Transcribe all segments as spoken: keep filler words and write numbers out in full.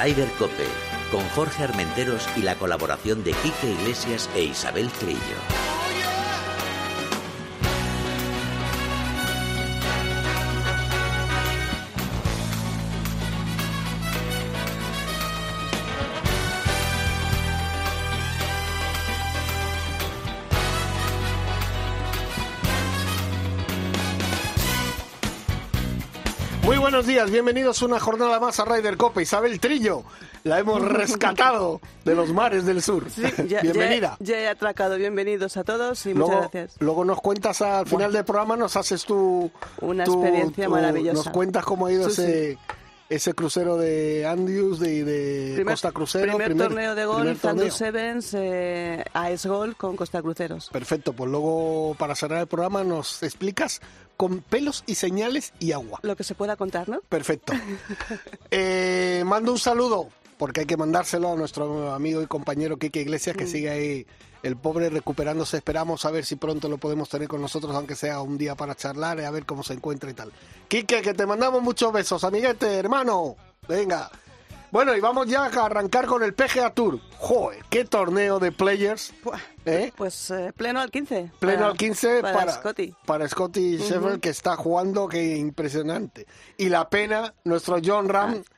Ryder Cope, con Jorge Armenteros y la colaboración de Quique Iglesias e Isabel Trillo. Muy buenos días, bienvenidos una jornada más a Ryder Cope. Isabel Trillo, la hemos rescatado de los mares del sur. Sí, ya, Bienvenida. Ya, ya he atracado, bienvenidos a todos y luego, muchas gracias. Luego nos cuentas al final bueno. del programa, nos haces tu... Una tu, experiencia tu, maravillosa. Nos cuentas cómo ha ido sí, ese... Sí. Ese crucero de Andrews, de, de primer, Costa Crucero. Primer, primer torneo de golf, Andrews torneo. Sevens, eh, Ice Golf con Costa Cruceros. Perfecto, pues luego para cerrar el programa nos explicas con pelos y señales y agua. Lo que se pueda contar, ¿no? Perfecto. eh, mando un saludo, porque hay que mandárselo a nuestro amigo y compañero Quique Iglesias, que mm. sigue ahí, el pobre recuperándose. Esperamos a ver si pronto lo podemos tener con nosotros, aunque sea un día para charlar, a ver cómo se encuentra y tal. Quique, que te mandamos muchos besos, amiguete, hermano. Venga. Bueno, y vamos ya a arrancar con el P G A Tour. ¡Joder! ¡Qué torneo de Players! ¿Eh? Pues eh, pleno al quince. Pleno para, al quince para, para Scotty. Para Scotty uh-huh. Scheffler, que está jugando, que impresionante. Y la pena, nuestro Jon Rahm, ah.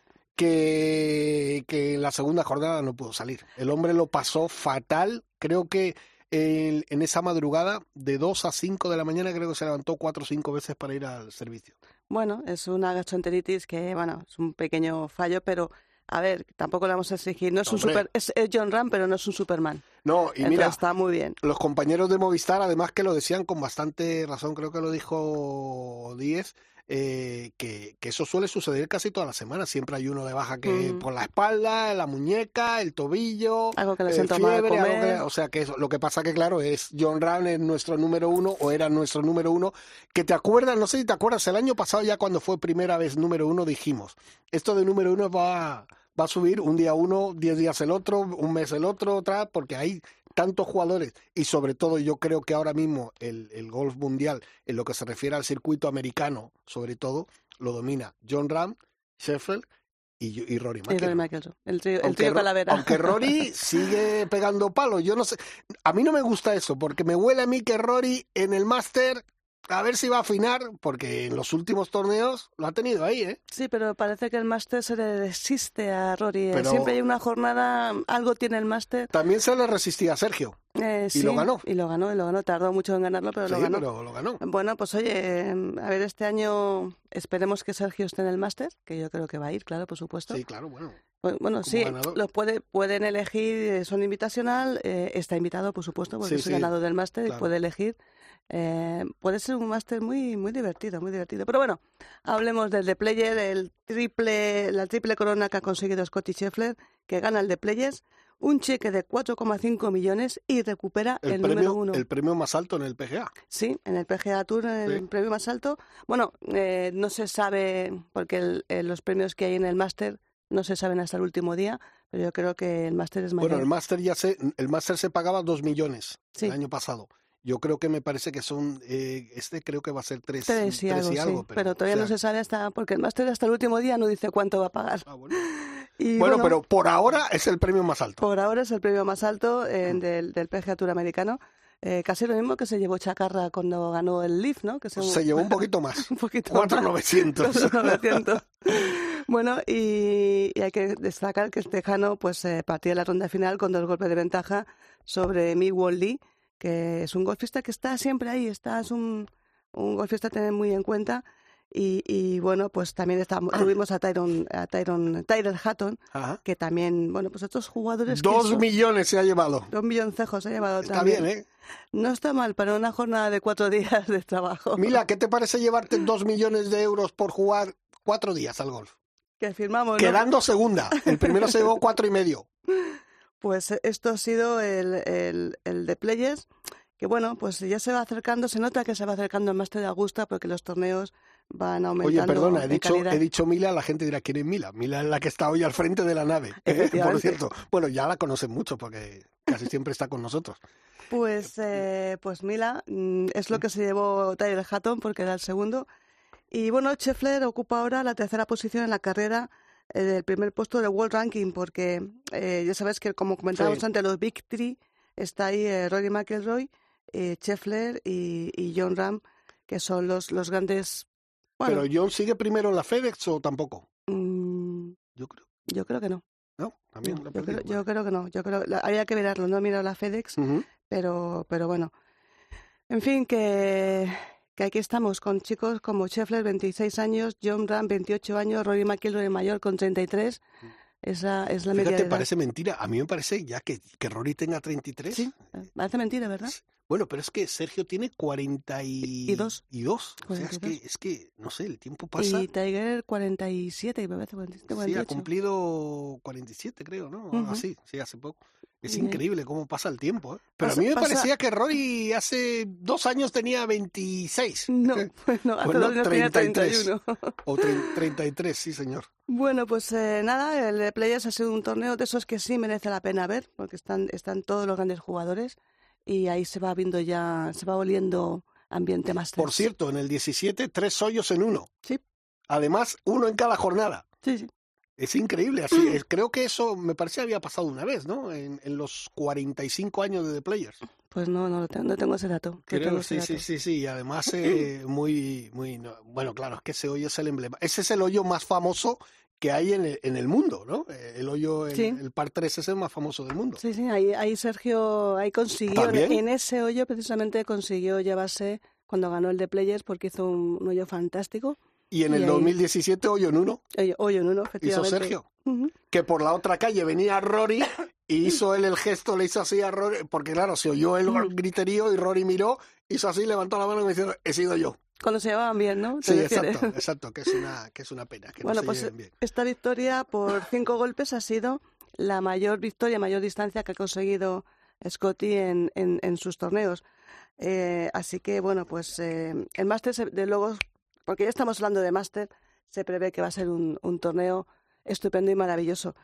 que, que en la segunda jornada no pudo salir. El hombre lo pasó fatal. Creo que en, en esa madrugada, de dos a cinco de la mañana, creo que se levantó cuatro o cinco veces para ir al servicio. Bueno, es una gastroenteritis que, bueno, es un pequeño fallo, pero... A ver, tampoco le vamos a exigir. No es un super, es, es Jon Rahm, pero no es un Superman. No, y Entonces, mira, está muy bien. Los compañeros de Movistar, además que lo decían con bastante razón, creo que lo dijo Díez, eh, que, que eso suele suceder casi todas las semanas. Siempre hay uno de baja que mm. por la espalda, la muñeca, el tobillo, algo que le eh, sienta fiebre, mal algo que, o sea que eso, lo que pasa que claro es Jon Rahm es nuestro número uno o era nuestro número uno. Que te acuerdas, no sé si te acuerdas, el año pasado ya cuando fue primera vez número uno dijimos esto de número uno va va a subir un día uno, diez días el otro, un mes el otro, otra, porque hay tantos jugadores y sobre todo yo creo que ahora mismo el, el golf mundial, en lo que se refiere al circuito americano, sobre todo, lo domina Jon Rahm, Scheffler y, y Rory McIlroy. El trío, el trío calavera. Aunque Rory sigue pegando palos, yo no sé, a mí no me gusta eso, porque me huele a mí que Rory en el Máster... A ver si va a afinar, porque en los últimos torneos lo ha tenido ahí, ¿eh? Sí, pero parece que el Máster se le resiste a Rory. Pero siempre hay una jornada, algo tiene el Máster. También se le resistía a Sergio. Eh, y sí, lo ganó. Y lo ganó, y lo ganó. Tardó mucho en ganarlo, pero sí, lo ganó. pero lo ganó. Bueno, pues oye, a ver, este año esperemos que Sergio esté en el Máster, que yo creo que va a ir, claro, por supuesto. Sí, claro, bueno. Pues, bueno, Como sí, ganador. los puede, pueden elegir, son invitacional, eh, está invitado, por supuesto, porque sí, es el sí, ganador del Máster claro. y puede elegir. Eh, puede ser un máster muy muy divertido, muy divertido. Pero bueno, hablemos del The Player, el triple, la triple corona que ha conseguido Scotty Scheffler, que gana el The Players, un cheque de cuatro coma cinco millones y recupera el, el número premio, uno. El premio más alto en el P G A. Sí, en el P G A Tour, el sí. premio más alto. Bueno, eh, no se sabe, porque el, eh, los premios que hay en el máster no se saben hasta el último día, pero yo creo que el máster es mayor. Bueno, el máster ya se, el máster se pagaba dos millones sí. el año pasado. Yo creo que me parece que son, eh, este creo que va a ser tres, tres y tres algo, y algo sí. pero, pero todavía o sea, no se sabe hasta, porque el máster hasta el último día no dice cuánto va a pagar. Ah, bueno. Y bueno, bueno, pero por ahora es el premio más alto. Por ahora es el premio más alto eh, mm. del, del P G A Tour americano. Eh, casi lo mismo que se llevó Chacarra cuando ganó el Leaf, ¿no? Que se, se llevó un poquito más. un poquito cuatro mil novecientos. cuatro mil novecientos. Bueno, y, y hay que destacar que el tejano pues eh, partía de la ronda final con dos golpes de ventaja sobre Mi Won Lee, que es un golfista que está siempre ahí, está, es un, un golfista a tener muy en cuenta. Y, y bueno, pues también estábamos, tuvimos a Tyron, a Tyron, Tyler Hatton, Ajá. que también, bueno, pues otros jugadores Dos que son, millones se ha llevado. Dos milloncejos se ha llevado está también. Está bien, ¿eh? No está mal para una jornada de cuatro días de trabajo. Mila, ¿qué te parece llevarte dos millones de euros por jugar cuatro días al golf? Que firmamos, ¿no? Quedando segunda. El primero se llevó cuatro y medio. Pues esto ha sido el, el, el de Players, que bueno, pues ya se va acercando, se nota que se va acercando el Máster de Augusta porque los torneos van aumentando. Oye, perdona, he dicho, calidad. he dicho Mila, la gente dirá, ¿quién es Mila? Mila es la que está hoy al frente de la nave, ¿eh? Por cierto. Bueno, ya la conocen mucho porque casi siempre está con nosotros. Pues, eh, pues Mila es lo que se llevó Tyler Hatton porque era el segundo. Y bueno, Scheffler ocupa ahora la tercera posición en la carrera eh, del primer puesto del World Ranking, porque eh, ya sabes que, como comentábamos Sí. antes, los Big Three, está ahí eh, Rory McIlroy, eh, Scheffler y, y Jon Rahm, que son los, los grandes... Bueno, ¿Pero John sigue primero en la FedEx o tampoco? mm, Yo creo. yo creo que no. No, también No, lo he yo, creo, perdido. yo creo que no. Yo creo, la- habría que mirarlo, no he mirado la FedEx, Ujú. pero, pero bueno. En fin, que, que aquí estamos con chicos como Scheffler, veintiséis años, Jon Rahm, veintiocho años, Rory McIlroy mayor con treinta y tres. Esa es la media de Fíjate, edad. parece mentira. A mí me parece ya que, que Rory tenga treinta y tres. Sí, parece mentira, ¿verdad? Bueno, pero es que Sergio tiene cuarenta y... Y dos. Y dos. O sea, cuarenta y es que, dos. es que, no sé, el tiempo pasa. Y Tiger cuarenta y siete, me parece, cuarenta y siete, Sí, cuarenta y ha ocho. cumplido cuarenta y siete, creo, ¿no? Algo Ujú. así, sí, hace poco. Es Y- increíble cómo pasa el tiempo, ¿eh? Pero Pasa- a mí me pasa- parecía que Rory hace dos años tenía veintiséis. No, bueno, hace Pues no, dos años tenía treinta y tres. treinta y uno. O trein- treinta y tres, sí, señor. Bueno, pues eh, nada, el Players ha sido un torneo de esos que sí merece la pena ver, porque están, están todos los grandes jugadores y ahí se va viendo ya, se va oliendo ambiente más Por cierto, en el diecisiete, tres hoyos en uno. Sí, Además, uno en cada jornada. sí, sí. Es increíble, así. es- creo que eso me parece había pasado una vez, ¿no? En, en los cuarenta y cinco años de The Players. Pues no, no, lo tengo, no tengo ese dato. no Creo, tengo ese sí, sí, dato. sí, sí. Y además, eh, muy, muy. No, bueno, claro, es que ese hoyo es el emblema. Ese es el hoyo más famoso que hay en el, en el mundo, ¿no? Eh, El hoyo, el, Sí. el par tres es el más famoso del mundo. Sí, sí, ahí, ahí Sergio, ahí consiguió, en, ¿También? en ese hoyo precisamente consiguió llevarse cuando ganó el de Players porque hizo un, un hoyo fantástico. Y en Y el ahí- dos mil diecisiete, hoyo en uno, Hoyo, hoyo en uno, hizo efectivamente. Sergio. Ujú. Que por la otra calle venía Rory y hizo él el gesto, le hizo así a Rory, porque claro, se oyó el griterío y Rory miró, hizo así, levantó la mano y me dijo, he sido yo. Cuando se llevaban bien, ¿no? Sí, Te refieres. exacto, exacto, que es una, que es una pena, que Bueno, no se pues lleven bien. esta victoria por cinco golpes ha sido la mayor victoria, mayor distancia que ha conseguido Scotty en, en, en sus torneos. Eh, así que, bueno, pues eh, el Masters, de luego, porque ya estamos hablando de Masters, se prevé que va a ser un, un torneo estupendo y maravilloso.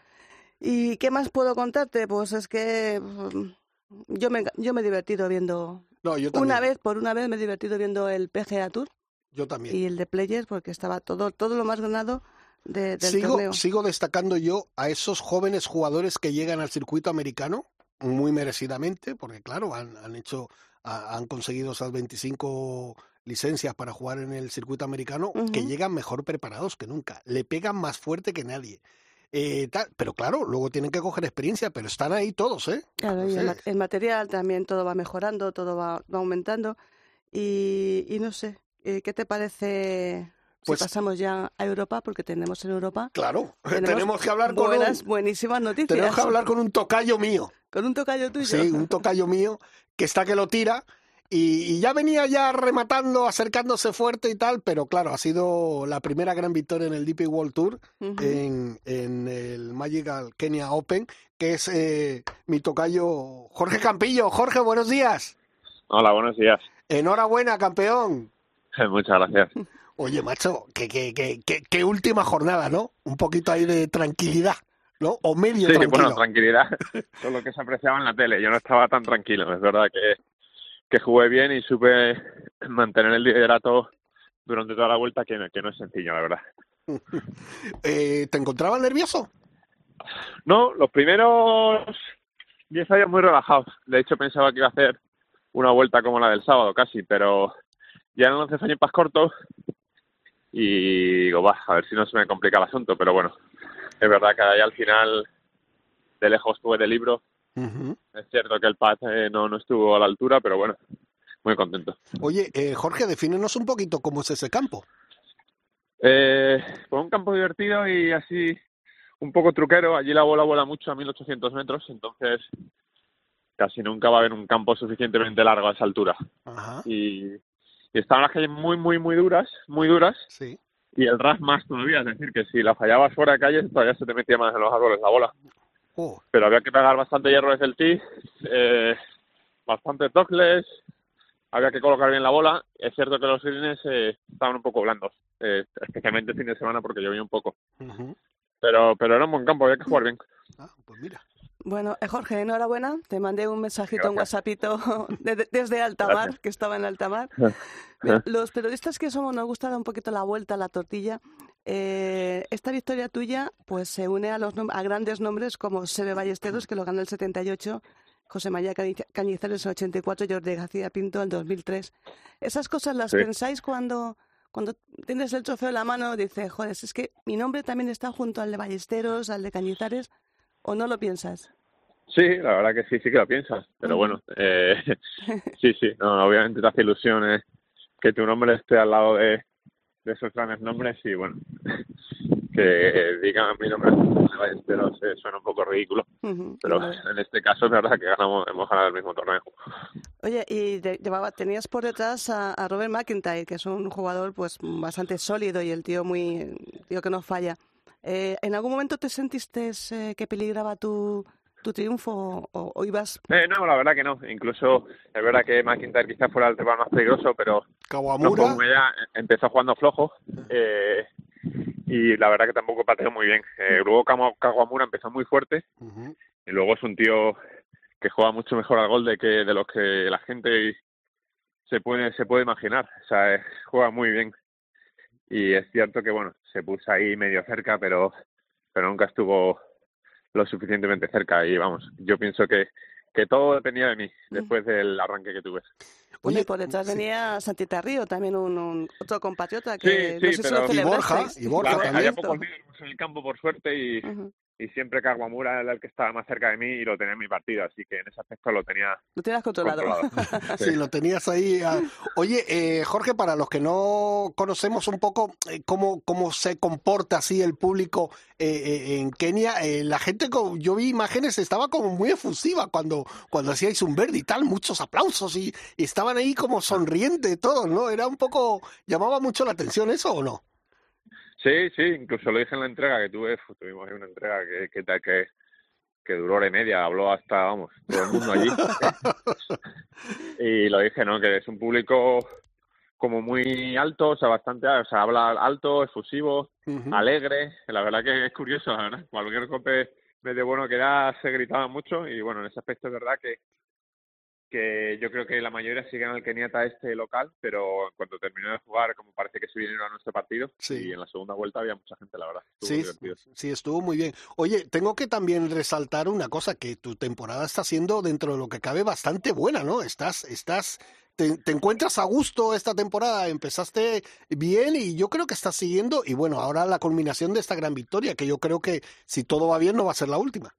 ¿Y qué más puedo contarte? Pues es que mm, yo me, yo me he divertido viendo, No, yo también. una vez, por una vez me he divertido viendo el P G A Tour Yo también. y el de Players porque estaba todo, todo lo más ganado de, del Sigo, torneo. sigo destacando yo a esos jóvenes jugadores que llegan al circuito americano muy merecidamente, porque claro, han, han hecho, ha- han conseguido esas veinticinco licencias para jugar en el circuito americano, Ujú. que llegan mejor preparados que nunca, le pegan más fuerte que nadie. Eh, tal, pero claro, luego tienen que coger experiencia, pero están ahí todos, ¿eh? Claro, No y sé. el, ma- el material también todo va mejorando, todo va, va aumentando. Y, y no sé, eh, ¿qué te parece si Pues- pasamos ya a Europa? Porque tenemos en Europa Claro, Tenemos tenemos que hablar con buenas, un, buenísimas noticias. tenemos que hablar con un tocayo mío. Con un tocayo tuyo. Sí, un tocayo mío que está que lo tira y, y ya venía ya rematando, acercándose fuerte y tal, pero claro, ha sido la primera gran victoria en el D P World Tour, Ujú. en, en el Magical Kenya Open, que es eh, mi tocayo Jorge Campillo. Jorge, buenos días. Hola, buenos días. Enhorabuena, campeón. Muchas gracias. Oye, macho, qué, qué, qué, qué, qué última jornada, ¿no? Un poquito ahí de tranquilidad, ¿no? O medio Sí, tranquilo. bueno, tranquilidad. Eso es lo que se apreciaba en la tele. Yo no estaba tan tranquilo. Es verdad que, que jugué bien y supe mantener el liderato durante toda la vuelta, que, que no es sencillo, la verdad. Eh, ¿Te encontrabas nervioso? No, los primeros diez años muy relajados. De hecho, pensaba que iba a hacer una vuelta como la del sábado, casi, pero ya en once años más cortos y digo, va, a ver si no se me complica el asunto, pero bueno, es verdad que ahí al final de lejos tuve de libro. Uh-huh. Es cierto que el pad eh, no, no estuvo a la altura, pero bueno, muy contento. Oye, eh, Jorge, defínenos un poquito cómo es ese campo. Eh, fue un campo divertido y así un poco truquero. Allí la bola vuela mucho a mil ochocientos metros, entonces casi nunca va a haber un campo suficientemente largo a esa altura. Ajá, Y, y estaban las calles muy, muy, muy duras, muy duras, sí. y el ras más todavía. Es decir, que si la fallabas fuera de calles, todavía se te metía más en los árboles la bola. Oh, Pero había que pegar bastante hierro desde el tee, eh, bastante toques, había que colocar bien la bola. Es cierto que los greens eh, estaban un poco blandos, eh, especialmente el fin de semana porque llovía un poco. uh-huh. Pero pero era un buen campo, había que jugar bien. Ah, pues mira. Bueno, eh, Jorge, enhorabuena. Te mandé un mensajito, un Gracias. WhatsAppito de- de- desde Altamar, Gracias. que estaba en Altamar. Mira, los periodistas que somos nos gusta dar un poquito la vuelta a la tortilla Eh, esta victoria tuya pues se une a, los nom- a grandes nombres como Seve Ballesteros, que lo ganó el setenta y ocho, José María Cañi- Cañizares en el ochenta y cuatro, Jordi García Pinto en el dos mil tres. ¿Esas cosas las Sí. pensáis cuando, cuando tienes el trofeo en la mano? Dices, joder, es que mi nombre también está junto al de Ballesteros, al de Cañizares, ¿o no lo piensas? Sí, la verdad que sí, sí que lo piensas, pero Ujú. bueno, eh, sí, sí, no, obviamente te hace ilusiones que tu nombre esté al lado de, de esos grandes nombres y bueno, que digan mi nombre de Ballesteros eh, suena un poco ridículo, Ujú, pero no lo es. en este caso es verdad que ganamos, hemos ganado el mismo torneo. Oye, y de- llevaba, tenías por detrás a, a Robert McIntyre, que es un jugador pues bastante sólido y el tío muy, tío que no falla. Eh, ¿En algún momento te sentiste eh, que peligraba tu, tu triunfo o, o- o ibas? Eh, no, la verdad que no, incluso es verdad que McIntyre quizás fuera el rival más peligroso, pero no Kawamura, como ella empezó jugando flojo eh, y la verdad que tampoco pateó muy bien. Eh, luego Kama- Kawamura empezó muy fuerte ujú, y luego es un tío que juega mucho mejor al gol de que de los que la gente se puede se puede imaginar. O sea, eh, juega muy bien y es cierto que bueno, se puso ahí medio cerca, pero pero nunca estuvo lo suficientemente cerca y vamos, yo pienso que que todo dependía de mí después del arranque que tuve. Bueno, y oye, por detrás sí, venía Santita Río, también un, un- otro compatriota Sí, que no sí, sé si lo pero y Borja, celebrasteis. y Borja había, también. había pocos líderes en el campo por suerte y, Ujú. y siempre Kawamura era el que estaba más cerca de mí y lo tenía en mi partido, así que en ese aspecto lo tenía Lo tienes controlado. controlado. Sí, lo tenías ahí. ah. Oye, eh, Jorge, para los que no conocemos un poco eh, cómo, cómo se comporta así el público eh, eh, en Kenia, eh, la gente, co- yo vi imágenes, estaba como muy efusiva cuando, cuando hacíais un verde y tal, muchos aplausos y, y estaban ahí como sonrientes todos, ¿no? Era un poco, llamaba mucho la atención eso, ¿o no? Sí, sí, incluso lo dije en la entrega que tuve, fu- tuvimos ahí una entrega que, que, que, que, que duró hora y media, habló hasta, vamos, todo el mundo allí. Y lo dije, ¿no? Que es un público como muy alto, o sea, bastante, o sea, habla alto, efusivo, Ujú. alegre. La verdad que es curioso, la verdad. Cualquier golpe medio bueno que da se gritaba mucho y bueno, en ese aspecto es verdad que que yo creo que la mayoría siguen al Kenyatta este local, pero en cuanto terminó de jugar, como parece que se vinieron a nuestro partido, Sí. y en la segunda vuelta había mucha gente, la verdad. Estuvo Sí, divertido. sí, estuvo muy bien. Oye, tengo que también resaltar una cosa, que tu temporada está siendo, dentro de lo que cabe, bastante buena, ¿no? Estás, estás, te, te encuentras a gusto esta temporada, empezaste bien y yo creo que estás siguiendo, y bueno, ahora la culminación de esta gran victoria, que yo creo que si todo va bien no va a ser la última.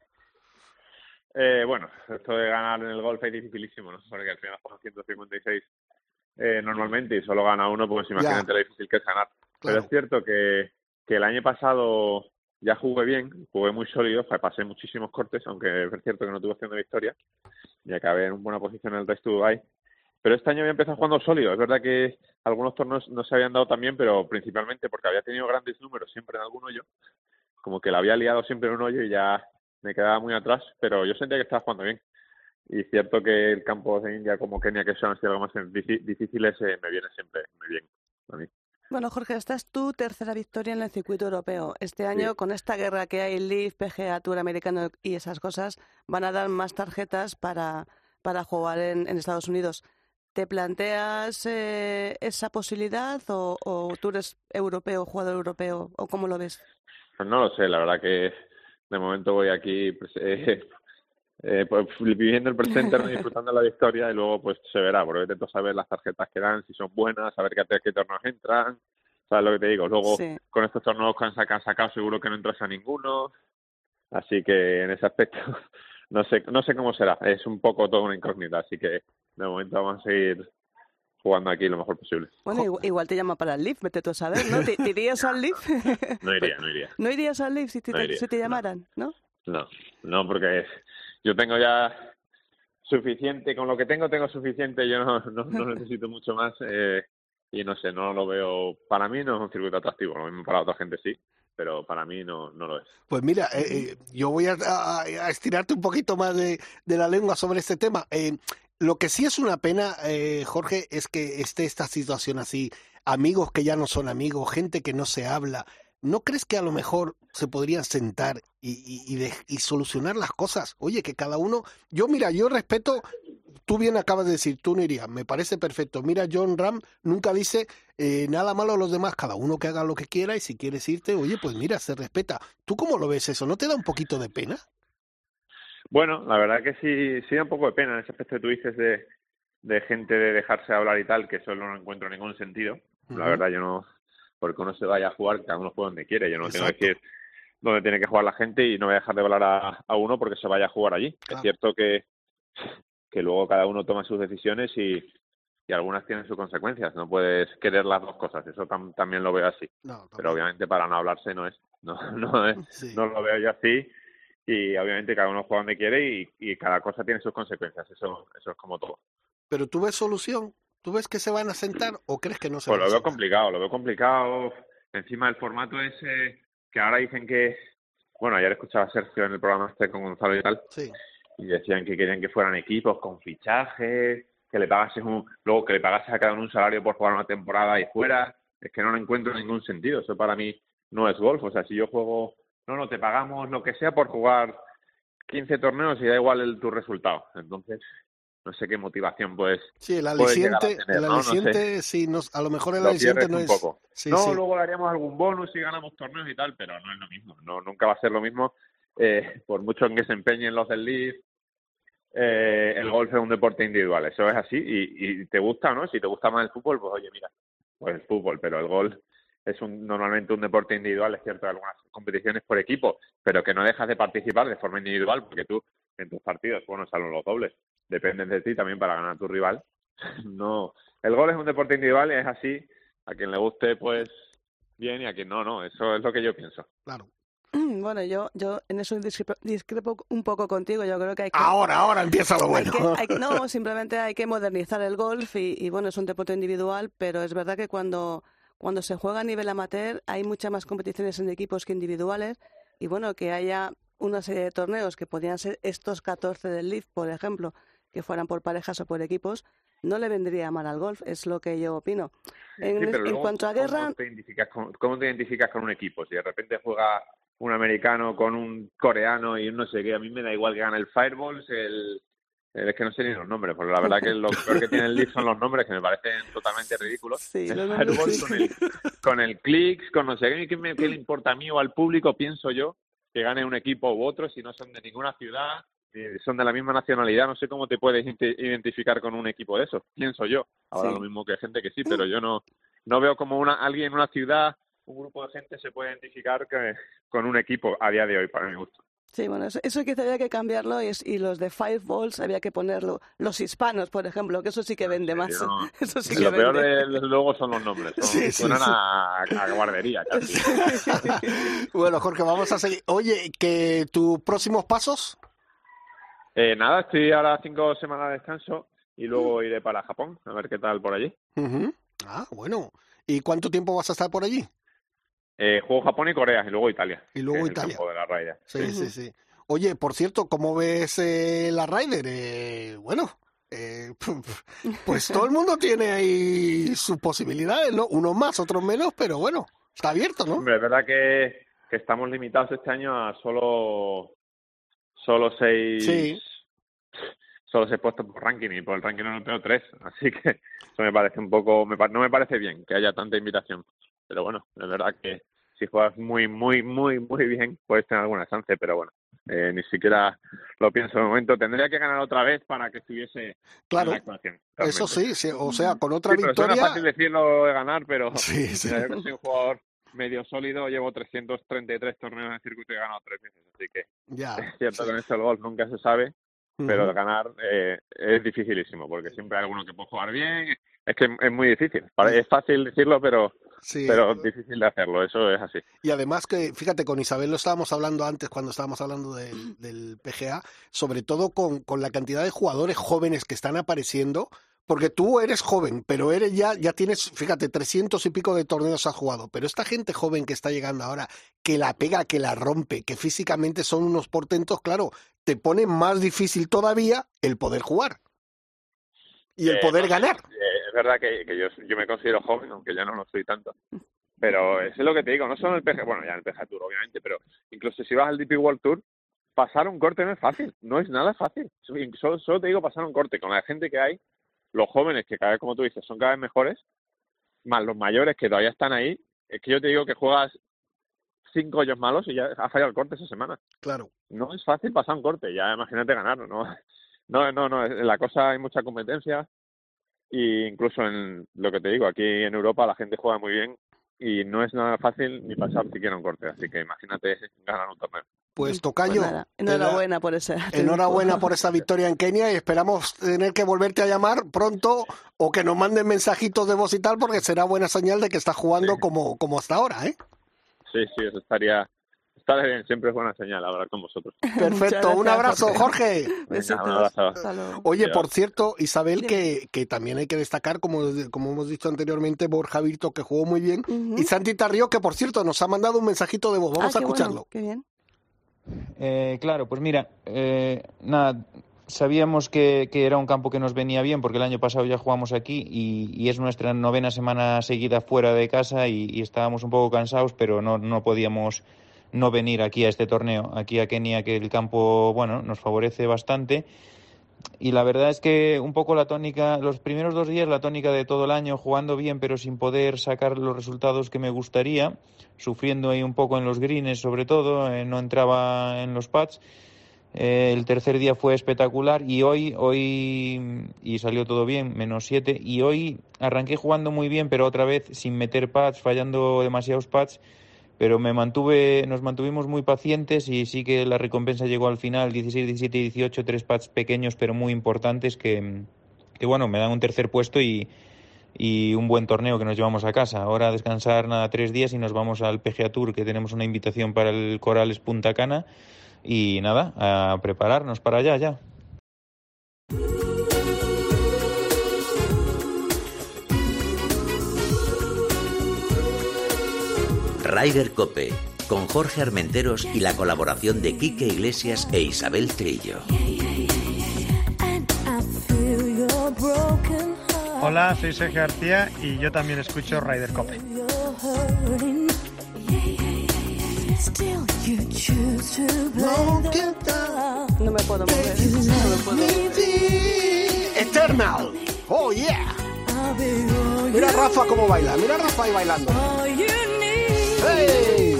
Eh, bueno, esto de ganar en el golf es dificilísimo, ¿no? Porque al final juegan ciento cincuenta y seis eh, normalmente y solo gana uno, pues imagínate Ya. lo difícil que es ganar. Pero Claro. es cierto que, que el año pasado ya jugué bien, jugué muy sólido, pasé muchísimos cortes, aunque es cierto que no tuve opción de victoria, y acabé en buena posición en el Race to Dubai. Pero este año había empezado jugando sólido. Es verdad que algunos torneos no se habían dado tan bien, pero principalmente porque había tenido grandes números siempre en algún hoyo, como que la había liado siempre en un hoyo y ya me quedaba muy atrás, pero yo sentía que estaba jugando bien. Y cierto que el campo de India como Kenia, que son así algo más difíciles, eh, me viene siempre muy bien a mí. Bueno, Jorge, esta es tu tercera victoria en el circuito europeo. Este año, Sí. con esta guerra que hay, Leaf, P G A Tour americano y esas cosas, van a dar más tarjetas para, para jugar en, en Estados Unidos. ¿Te planteas eh, esa posibilidad o, o tú eres europeo, jugador europeo, o cómo lo ves? Pues no lo sé, la verdad que de momento voy aquí pues, eh, eh, pues, viviendo el presente, ¿no? Disfrutando la victoria y luego pues se verá, porque intento saber las tarjetas que dan, si son buenas, saber qué, qué torneos entran, ¿sabes lo que te digo? Luego Sí. con estos torneos que han sacado, han sacado seguro que no entras a ninguno, así que en ese aspecto no sé no sé cómo será, es un poco toda una incógnita, así que de momento vamos a seguir jugando aquí lo mejor posible. Bueno, igual, igual te llama para el Leaf, vete tú a saber, ¿no? ¿Te, te irías al Leaf? No iría, no iría. ¿No irías al Leaf si te, No iría, si te no. llamaran, no? No, no, porque yo tengo ya suficiente, con lo que tengo tengo suficiente, yo no, no, no necesito mucho más eh, y no sé, no lo veo, para mí no es un circuito atractivo, lo mismo para otra gente sí, pero para mí no, no lo es. Pues mira, eh, eh, yo voy a, a- a estirarte un poquito más de, de la lengua sobre este tema. Eh, lo que sí es una pena, eh, Jorge, es que esté esta situación así, amigos que ya no son amigos, gente que no se habla. ¿No crees que a lo mejor se podrían sentar y, y, y de- y solucionar las cosas? Oye, que cada uno, yo mira, yo respeto tú bien acabas de decir, tú no irías, me parece perfecto. Mira, Jon Rahm nunca dice eh, nada malo a los demás, cada uno que haga lo que quiera y si quieres irte, oye, pues mira, se respeta. ¿Tú cómo lo ves eso? ¿No te da un poquito de pena? Bueno, la verdad que sí, sí da un poco de pena en ese aspecto que tú dices de, de gente de dejarse hablar y tal, que eso no encuentro ningún sentido. Uh-huh. La verdad, yo no, porque uno se vaya a jugar, cada uno juega donde quiere, yo no Exacto. tengo que decir dónde tiene que jugar la gente y no voy a dejar de hablar a, a uno porque se vaya a jugar allí. Claro. Es cierto que, que luego cada uno toma sus decisiones y, y algunas tienen sus consecuencias, no puedes querer las dos cosas, eso tam, también lo veo así. No, pero obviamente para no hablarse no es, no, no, es, sí. no lo veo yo así. Y obviamente cada uno juega donde quiere y, y cada cosa tiene sus consecuencias, eso eso es como todo. ¿Pero tú ves solución? ¿Tú ves que se van a sentar o crees que no se pues van a sentar? Pues lo veo complicado, lo veo complicado. Encima el formato ese que ahora dicen que... Bueno, ayer escuchaba a Sergio en el programa este con Gonzalo y tal, sí. y decían que querían que fueran equipos con fichajes, que le pagases un... Luego que le pagases a cada uno un salario por jugar una temporada y fuera. Es que no lo encuentro ningún sentido, eso para mí no es golf. O sea, si yo juego... No, no, te pagamos lo que sea por jugar quince torneos y da igual el, tu resultado. Entonces, no sé qué motivación puedes Sí, el aliciente, tener, el ¿no? aliciente, no sé. sí, nos, a lo mejor el lo aliciente no un es... Poco. Sí, no, sí. luego le haríamos algún bonus si ganamos torneos y tal, pero no es lo mismo. No, nunca va a ser lo mismo. Eh, por mucho en que se empeñen los del Leaf, eh, el golf es un deporte individual. Eso es así y, y te gusta, ¿no? Si te gusta más el fútbol, pues oye, mira, pues el fútbol, pero el golf es un, normalmente un deporte individual, es cierto, algunas competiciones por equipo, pero que no dejas de participar de forma individual, porque tú en tus partidos, bueno, salen los dobles, dependen de ti también para ganar a tu rival. No, el golf es un deporte individual y es así, a quien le guste, pues bien, y a quien no, no, eso es lo que yo pienso. Claro. Bueno, yo yo en eso discrepo, discrepo un poco contigo. Yo creo que hay que... Ahora, ahora empieza lo bueno. Hay que, hay, no, simplemente hay que modernizar el golf y, y, bueno, es un deporte individual, pero es verdad que cuando, cuando se juega a nivel amateur hay muchas más competiciones en equipos que individuales y, bueno, que haya una serie de torneos que podrían ser estos catorce del Leaf, por ejemplo, que fueran por parejas o por equipos, no le vendría mal al golf, es lo que yo opino. En, sí, pero en luego, cuanto a guerra... ¿cómo te, identificas con, ¿Cómo te identificas con un equipo? Si de repente juega un americano con un coreano y no sé qué, a mí me da igual que gane el Fireballs, el, el es que no sé ni los nombres, porque la verdad que lo peor que tiene el Leaf son los nombres, que me parecen totalmente ridículos. Sí, el los Fireballs sí. con el, con el Clicks, con no sé qué, ¿qué, me, ¿qué le importa a mí o al público? Pienso yo que gane un equipo u otro si no son de ninguna ciudad, son de la misma nacionalidad, no sé cómo te puedes identificar con un equipo de esos, pienso yo. Ahora Sí. lo mismo que gente que sí, pero yo no no veo como una alguien en una ciudad, un grupo de gente se puede identificar que, con un equipo a día de hoy, para mi gusto. Sí, bueno, eso, eso quizá había que cambiarlo y, es, y los de Fireballs había que ponerlo. Los hispanos, por ejemplo, que eso sí que vende más. No, Eso sí lo que peor, vende. de, luego, son los nombres. Son, Sí, sí, suenan sí. A, a guardería casi. Bueno, Jorge, vamos a seguir. Oye, que tus próximos pasos... Eh, nada, estoy ahora cinco semanas de descanso y luego iré para Japón, a ver qué tal por allí. Uh-huh. Ah, bueno. ¿Y cuánto tiempo vas a estar por allí? Eh, juego Japón y Corea, y luego Italia. Y luego que Italia. Es el campo de la Ryder. Sí, sí, sí, sí. Oye, por cierto, ¿cómo ves eh, la Ryder? Eh, bueno, eh, pues todo el mundo tiene ahí sus posibilidades, ¿no? Unos más, otros menos, pero bueno, está abierto, ¿no? Hombre, es verdad que, que estamos limitados este año a solo solo seis Sí. solo seis puestos por ranking y por el ranking europeo tres, así que eso me parece un poco, me, no me parece bien que haya tanta invitación, pero bueno, es verdad que si juegas muy, muy, muy, muy bien puedes tener alguna chance, pero bueno, eh, ni siquiera lo pienso de momento, tendría que ganar otra vez para que estuviese Claro, en la actuación. eso sí, sí, o sea, con otra Sí, pero victoria... suena fácil decirlo de ganar, pero Sí, sí. mira, yo que soy un jugador medio sólido, llevo trescientos treinta y tres torneos en el circuito y he ganado tres veces, así que Ya, es cierto sí. que en esto el golf nunca se sabe, pero Uh-huh. el ganar eh, es dificilísimo, porque siempre hay alguno que puede jugar bien, es que es muy difícil, Pare- es fácil decirlo, pero Sí. pero difícil de hacerlo, eso es así. Y además que, fíjate, con Isabel lo estábamos hablando antes cuando estábamos hablando del, del P G A, sobre todo con, con la cantidad de jugadores jóvenes que están apareciendo, porque tú eres joven, pero eres ya, ya tienes, fíjate, trescientos y pico de torneos has jugado, pero esta gente joven que está llegando ahora, que la pega, que la rompe, que físicamente son unos portentos, claro, te pone más difícil todavía el poder jugar y el Eh, poder no, ganar. eh, es verdad que, que yo, yo me considero joven, aunque ya no lo soy tanto. Pero eso es lo que te digo, no solo en el P G A, bueno, ya en el P G A Tour, obviamente, pero incluso si vas al D P World Tour, pasar un corte no es fácil, no es nada fácil. Solo, solo te digo pasar un corte. Con la gente que hay, los jóvenes, que cada vez, como tú dices, son cada vez mejores, más los mayores que todavía están ahí, es que yo te digo que juegas cinco hoyos malos y ya has fallado el corte esa semana. Claro. No es fácil pasar un corte, ya imagínate ganar, ¿no? No, no, no, en la cosa hay mucha competencia y incluso en lo que te digo, aquí en Europa la gente juega muy bien y no es nada fácil ni pasar siquiera un corte, así que imagínate ganar un torneo. Pues tocayo, pues nada, enhorabuena por esa enhorabuena por esa victoria en Kenia y esperamos tener que volverte a llamar pronto o que nos manden mensajitos de voz y tal, porque será buena señal de que estás jugando sí. como, como hasta ahora, ¿eh? Sí, sí, eso estaría, estaría bien, siempre es buena señal hablar con vosotros. Perfecto, gracias, un abrazo, Jorge. Venga, un abrazo. Oye, por cierto, Isabel, que, que también hay que destacar, como, como hemos dicho anteriormente, Borja Virto, que jugó muy bien, uh-huh. y Santi Tarrío, que por cierto nos ha mandado un mensajito de voz, vamos ah, a escucharlo. Bueno, qué bien. Eh, claro, pues mira, eh, nada, sabíamos que, que era un campo que nos venía bien porque el año pasado ya jugamos aquí y, y es nuestra novena semana seguida fuera de casa y, y estábamos un poco cansados, pero no, no podíamos no venir aquí a este torneo, aquí a Kenia, que el campo, bueno, nos favorece bastante. Y la verdad es que un poco la tónica, los primeros dos días, la tónica de todo el año, jugando bien pero sin poder sacar los resultados que me gustaría, sufriendo ahí un poco en los greens sobre todo, eh, no entraba en los pads. Eh, el tercer día fue espectacular y hoy, hoy, y salió todo bien, menos siete, y hoy arranqué jugando muy bien, pero otra vez sin meter pads, fallando demasiados pads, pero me mantuve, nos mantuvimos muy pacientes y sí que la recompensa llegó al final, dieciséis, diecisiete y dieciocho, tres pads pequeños pero muy importantes que, que bueno, me dan un tercer puesto y, y un buen torneo que nos llevamos a casa. Ahora a descansar nada tres días y nos vamos al P G A Tour, que tenemos una invitación para el Corales Punta Cana y nada, a prepararnos para allá ya. Ryder Cope, con Jorge Armenteros y la colaboración de Quique Iglesias e Isabel Trillo. Hola, soy Sergio García y yo también escucho Ryder Cope. No me puedo mover. No me puedo mover. Eternal. Oh, yeah. Mira a Rafa cómo baila. Mira a Rafa ahí bailando. Hey.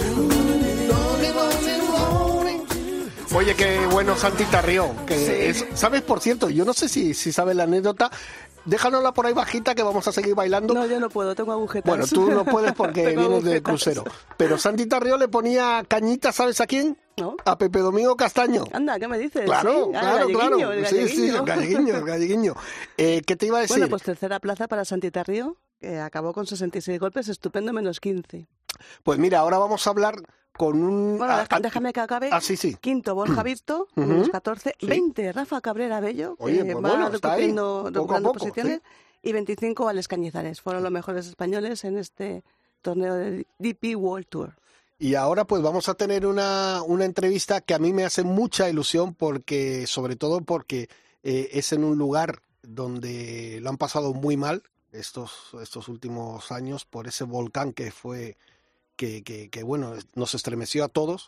Oye, qué bueno Santi Tarrío. Que sí. es, ¿sabes? Por cierto, yo no sé si, si sabes la anécdota. Déjanosla por ahí bajita que vamos a seguir bailando. No, yo no puedo, tengo agujetas. Bueno, tú no puedes porque vienes del crucero. Pero Santi Tarrío le ponía cañita, ¿sabes a quién? ¿No? A Pepe Domingo Castaño. Anda, ¿qué me dices? Claro, ¿Sí? claro, ah, claro. El sí, sí, el galleguiño, el galleguiño. Eh, ¿Qué te iba a decir? Bueno, pues tercera plaza para Santi Tarrío, que acabó con sesenta y seis golpes, estupendo, menos quince. Pues mira, ahora vamos a hablar con un... Bueno, a, déjame que acabe. Ah, sí, sí. Quinto, Borja Virto, uh-huh. menos catorce. Sí. veinte, Rafa Cabrera Bello, que Oye, pues va bueno, recuperando, recuperando poco, posiciones. ¿sí? Y veinticinco, Alex Cañizares. Fueron los mejores españoles en este torneo de D P World Tour. Y ahora pues vamos a tener una, una entrevista que a mí me hace mucha ilusión porque, sobre todo porque eh, es en un lugar donde lo han pasado muy mal estos, estos últimos años por ese volcán que fue, que, que, que bueno, nos estremeció a todos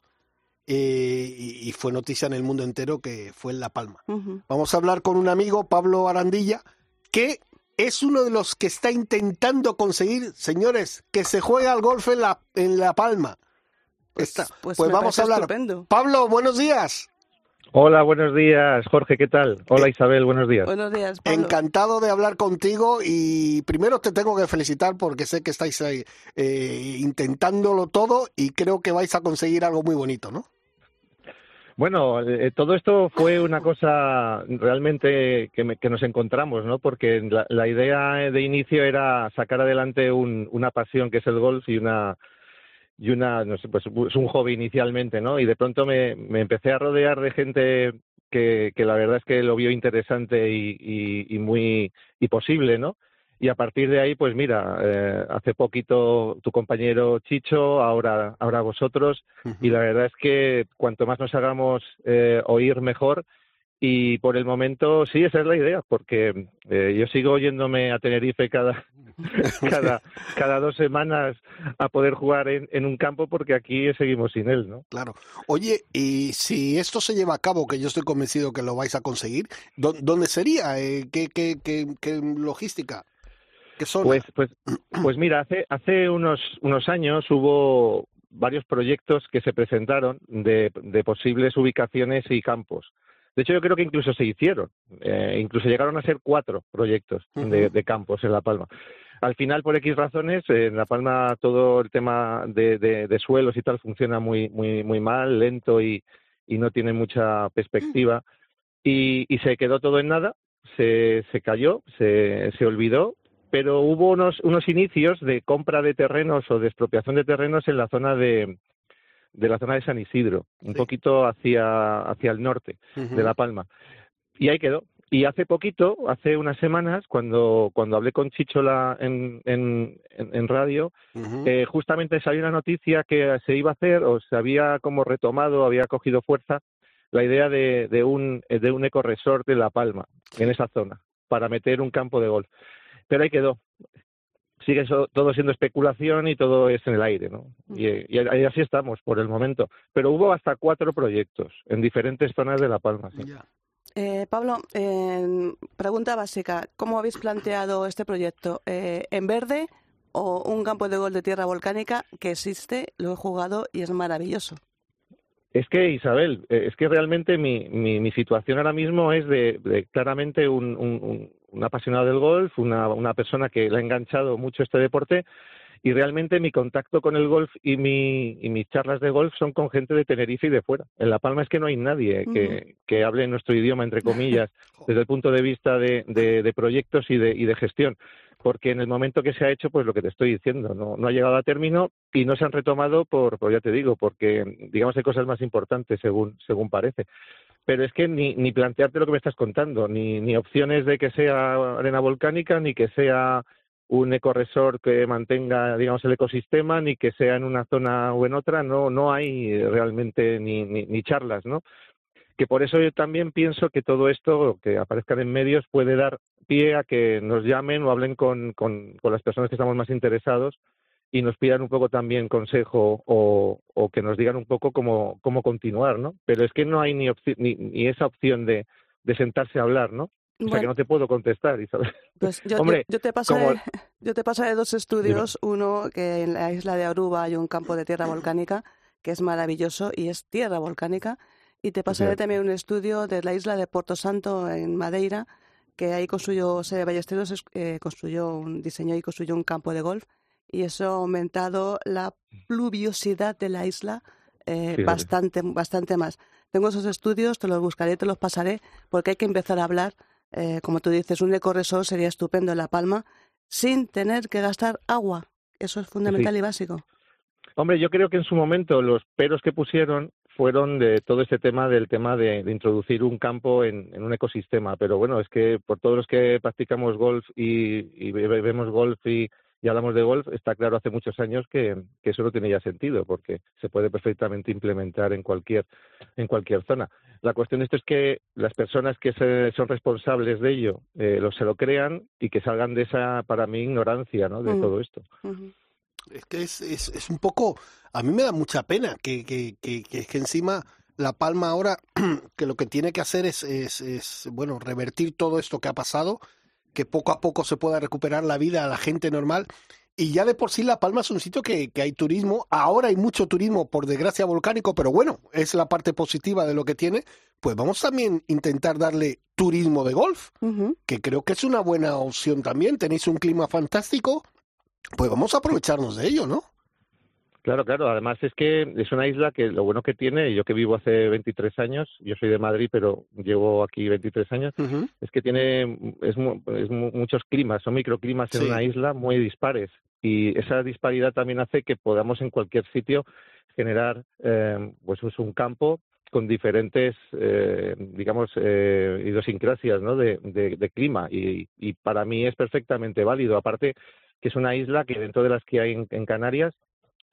eh, y, y fue noticia en el mundo entero, que fue en La Palma. Uh-huh. Vamos a hablar con un amigo, Pablo Arandilla, que es uno de los que está intentando conseguir, señores, que se juegue al golf en La, en La Palma. Pues, Está. pues, pues vamos a hablar. Estupendo. Pablo, buenos días. Hola, buenos días, Jorge, ¿qué tal? Hola, Isabel, buenos días. Buenos días, Pablo. Encantado de hablar contigo y primero te tengo que felicitar porque sé que estáis ahí, eh, intentándolo todo y creo que vais a conseguir algo muy bonito, ¿no? Bueno, eh, todo esto fue una cosa realmente que, me, que nos encontramos, ¿no? Porque la, la idea de inicio era sacar adelante un, una pasión que es el golf y una... y una, no sé, pues es un hobby inicialmente, ¿no? Y de pronto me, me empecé a rodear de gente que, que la verdad es que lo vio interesante y, y, y muy y posible, ¿no? Y a partir de ahí, pues mira, eh, hace poquito tu compañero Chicho, ahora ahora vosotros, uh-huh. Y la verdad es que cuanto más nos hagamos eh, oír mejor Y por el momento, sí, esa es la idea, porque eh, yo sigo yéndome a Tenerife cada, cada, cada dos semanas a poder jugar en, en un campo, porque aquí seguimos sin él, ¿no? Claro. Oye, y si esto se lleva a cabo, que yo estoy convencido que lo vais a conseguir, ¿dó- ¿dónde sería? Eh, ¿qué, qué, qué, qué logística? ¿Qué zona? Pues, pues, pues mira, hace, hace unos, unos años hubo varios proyectos que se presentaron de, de posibles ubicaciones y campos. De hecho, yo creo que incluso se hicieron, eh, incluso llegaron a ser cuatro proyectos de, Ujú. de campos en La Palma. Al final, por X razones, eh, en La Palma todo el tema de, de, de suelos y tal funciona muy, muy, muy mal, lento y, y no tiene mucha perspectiva. Y, y se quedó todo en nada, se, se cayó, se, se olvidó, pero hubo unos, unos inicios de compra de terrenos o de expropiación de terrenos en la zona de, de la zona de San Isidro, un Sí. poquito hacia, hacia el norte Ujú. de La Palma. Y ahí quedó. Y hace poquito, hace unas semanas, cuando, cuando hablé con Chichola en, en, en, en radio, Ujú. eh, justamente salió una noticia que se iba a hacer o se había como retomado, había cogido fuerza la idea de, de un de un ecoresort de La Palma, Sí. en esa zona, para meter un campo de golf. Pero ahí quedó. Sigue eso, todo siendo especulación y todo es en el aire, ¿no? Y, y, y así estamos por el momento. Pero hubo hasta cuatro proyectos en diferentes zonas de La Palma, sí. Ya. Eh, Pablo, eh, pregunta básica. ¿Cómo habéis planteado este proyecto? Eh, ¿En verde o un campo de golf de tierra volcánica que existe, lo he jugado y es maravilloso? Es que, Isabel, eh, es que realmente mi, mi, mi situación ahora mismo es de, de claramente un, un, un, un apasionado del golf, una, una persona que le ha enganchado mucho este deporte, y realmente mi contacto con el golf y, mi, y mis charlas de golf son con gente de Tenerife y de fuera. En La Palma es que no hay nadie que, Ujú. que hable nuestro idioma, entre comillas, desde el punto de vista de, de, de proyectos y de, y de gestión. Porque en el momento que se ha hecho, pues lo que te estoy diciendo, no, no ha llegado a término y no se han retomado por, por ya te digo, porque digamos hay cosas más importantes según, según parece. Pero es que ni, ni plantearte lo que me estás contando, ni, ni opciones de que sea arena volcánica, ni que sea un ecoresort que mantenga, digamos, el ecosistema, ni que sea en una zona o en otra, no, no hay realmente ni, ni, ni charlas, ¿no? Que por eso yo también pienso que todo esto, que aparezcan en medios, puede dar pie a que nos llamen o hablen con, con, con las personas que estamos más interesados y nos pidan un poco también consejo o, o que nos digan un poco cómo, cómo continuar, ¿no? Pero es que no hay ni, opci- ni, ni esa opción de, de sentarse a hablar, ¿no? O sea, que Bueno, no te puedo contestar, Isabel. pues yo, yo, Hombre, yo te como... pasaré, yo te pasaré dos Dime. estudios. Uno, que en la isla de Aruba hay un campo de tierra volcánica que es maravilloso y es tierra volcánica. Y te pasaré también un estudio de la isla de Porto Santo en Madeira, que ahí construyó, Sede Ballesteros es- eh, construyó un diseño y construyó un campo de golf y eso ha aumentado la pluviosidad de la isla eh, Fíjate. bastante, bastante más. Tengo esos estudios, te los buscaré, te los pasaré, porque hay que empezar a hablar. Eh, como tú dices, un ecoresort sería estupendo en La Palma sin tener que gastar agua. Eso es Sí. fundamental y básico. Hombre, yo creo que en su momento los peros que pusieron fueron de todo este tema del tema de, de introducir un campo en, en un ecosistema. Pero bueno, es que por todos los que practicamos golf y, y ve- vemos golf y, y hablamos de golf, está claro hace muchos años que, que eso no tiene ya sentido, porque se puede perfectamente implementar en cualquier, en cualquier zona. La cuestión de esto es que las personas que se, son responsables de ello eh, lo, se lo crean y que salgan de esa, para mí, ignorancia, ¿no?, de Ujú, todo esto. ujú. Es que es, es, es un poco, a mí me da mucha pena que, que, que, que es que encima La Palma ahora que lo que tiene que hacer es, es, es, bueno, revertir todo esto que ha pasado, que poco a poco se pueda recuperar la vida a la gente normal. Y ya de por sí La Palma es un sitio que, que hay turismo. Ahora hay mucho turismo, por desgracia, volcánico, pero bueno, es la parte positiva de lo que tiene. Pues vamos también a intentar darle turismo de golf, Ujú. que creo que es una buena opción también. Tenéis un clima fantástico, pues vamos a aprovecharnos de ello, ¿no? Claro, claro. Además es que es una isla que lo bueno que tiene, yo que vivo hace veintitrés años, yo soy de Madrid, pero llevo aquí veintitrés años, Ujú. es que tiene es, mu- es mu- muchos climas, son microclimas en Sí. una isla muy dispares. Y esa disparidad también hace que podamos en cualquier sitio generar eh, pues es un campo con diferentes, eh, digamos, eh, idiosincrasias, ¿no?, de, de, de clima. Y, y para mí es perfectamente válido. Aparte que es una isla que dentro de las que hay en, en Canarias,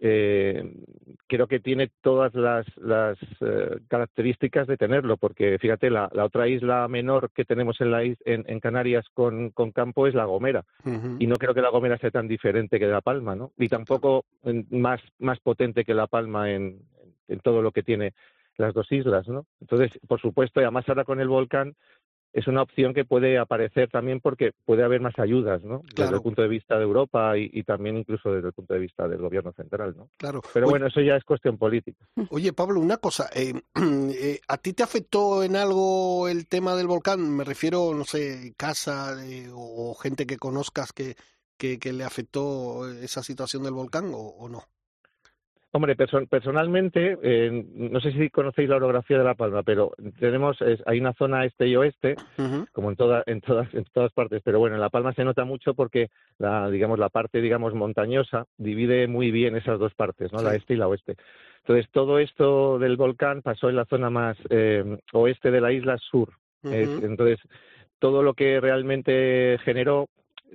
eh, creo que tiene todas las, las eh, características de tenerlo, porque fíjate, la, la otra isla menor que tenemos en, la is en, en Canarias con, con campo es La Gomera, Ujú. y no creo que La Gomera sea tan diferente que La Palma, ¿no? Y tampoco en, más, más potente que La Palma en, en todo lo que tiene las dos islas, ¿no? Entonces, por supuesto, y además ahora con el volcán, es una opción que puede aparecer también porque puede haber más ayudas, ¿no? Desde Claro, el punto de vista de Europa y, y también incluso desde el punto de vista del gobierno central, ¿no? claro. Pero Oye, bueno, eso ya es cuestión política. oye, Pablo, una cosa. Eh, eh, ¿a ti te afectó en algo el tema del volcán? Me refiero, no sé, casa eh, o gente que conozcas que, que, que le afectó esa situación del volcán o, o no. Hombre, perso personalmente, eh, no sé si conocéis la orografía de La Palma, pero tenemos, es, hay una zona este y oeste, Ujú. como en, toda, en, todas, en todas partes, pero bueno, en La Palma se nota mucho porque la, digamos, la parte, digamos, montañosa divide muy bien esas dos partes, ¿no? Sí. La este y la oeste. Entonces, todo esto del volcán pasó en la zona más eh, oeste de la isla sur. Es, Ujú. entonces, todo lo que realmente generó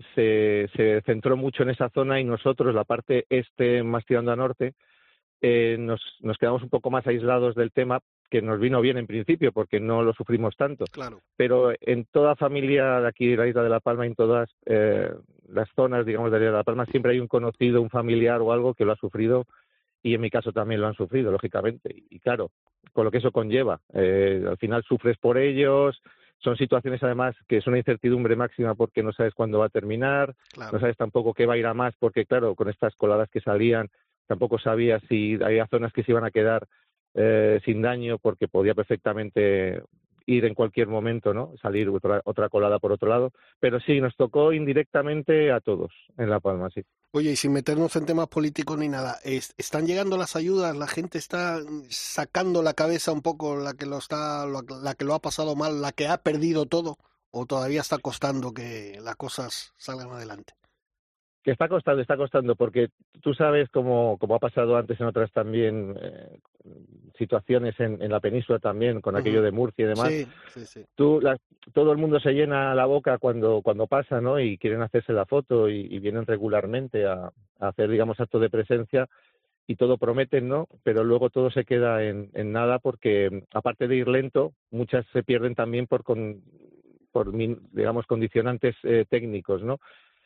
se, se centró mucho en esa zona y nosotros, la parte este más tirando a norte, eh, nos, nos quedamos un poco más aislados del tema, que nos vino bien en principio porque no lo sufrimos tanto. Claro. Pero en toda familia de aquí de la isla de La Palma, en todas eh, las zonas, digamos, de la isla de La Palma, siempre hay un conocido, un familiar o algo que lo ha sufrido, y en mi caso también lo han sufrido, lógicamente. Y claro, con lo que eso conlleva, eh, al final sufres por ellos. Son situaciones además que es una incertidumbre máxima porque no sabes cuándo va a terminar, Claro. no sabes tampoco qué va a ir a más, porque claro, con estas coladas que salían, tampoco sabías si había zonas que se iban a quedar eh, sin daño, porque podía perfectamente ir en cualquier momento, ¿no? Salir otra, otra colada por otro lado. Pero sí, nos tocó indirectamente a todos en La Palma, sí. Oye, y sin meternos en temas políticos ni nada, es- ¿están llegando las ayudas? ¿La gente está sacando la cabeza un poco, la que lo está, lo- la que lo ha pasado mal, la que ha perdido todo, o todavía está costando que las cosas salgan adelante? Que está costando, está costando, porque tú sabes, como, como ha pasado antes en otras también eh, situaciones en, en la península también, con aquello Ujú. de Murcia y demás, Sí, sí, sí. tú, la, todo el mundo se llena la boca cuando, cuando pasa, ¿no? Y quieren hacerse la foto y, y vienen regularmente a, a hacer, digamos, acto de presencia y todo prometen, ¿no? Pero luego todo se queda en, en nada porque, aparte de ir lento, muchas se pierden también por, con, por digamos, condicionantes eh, técnicos, ¿no?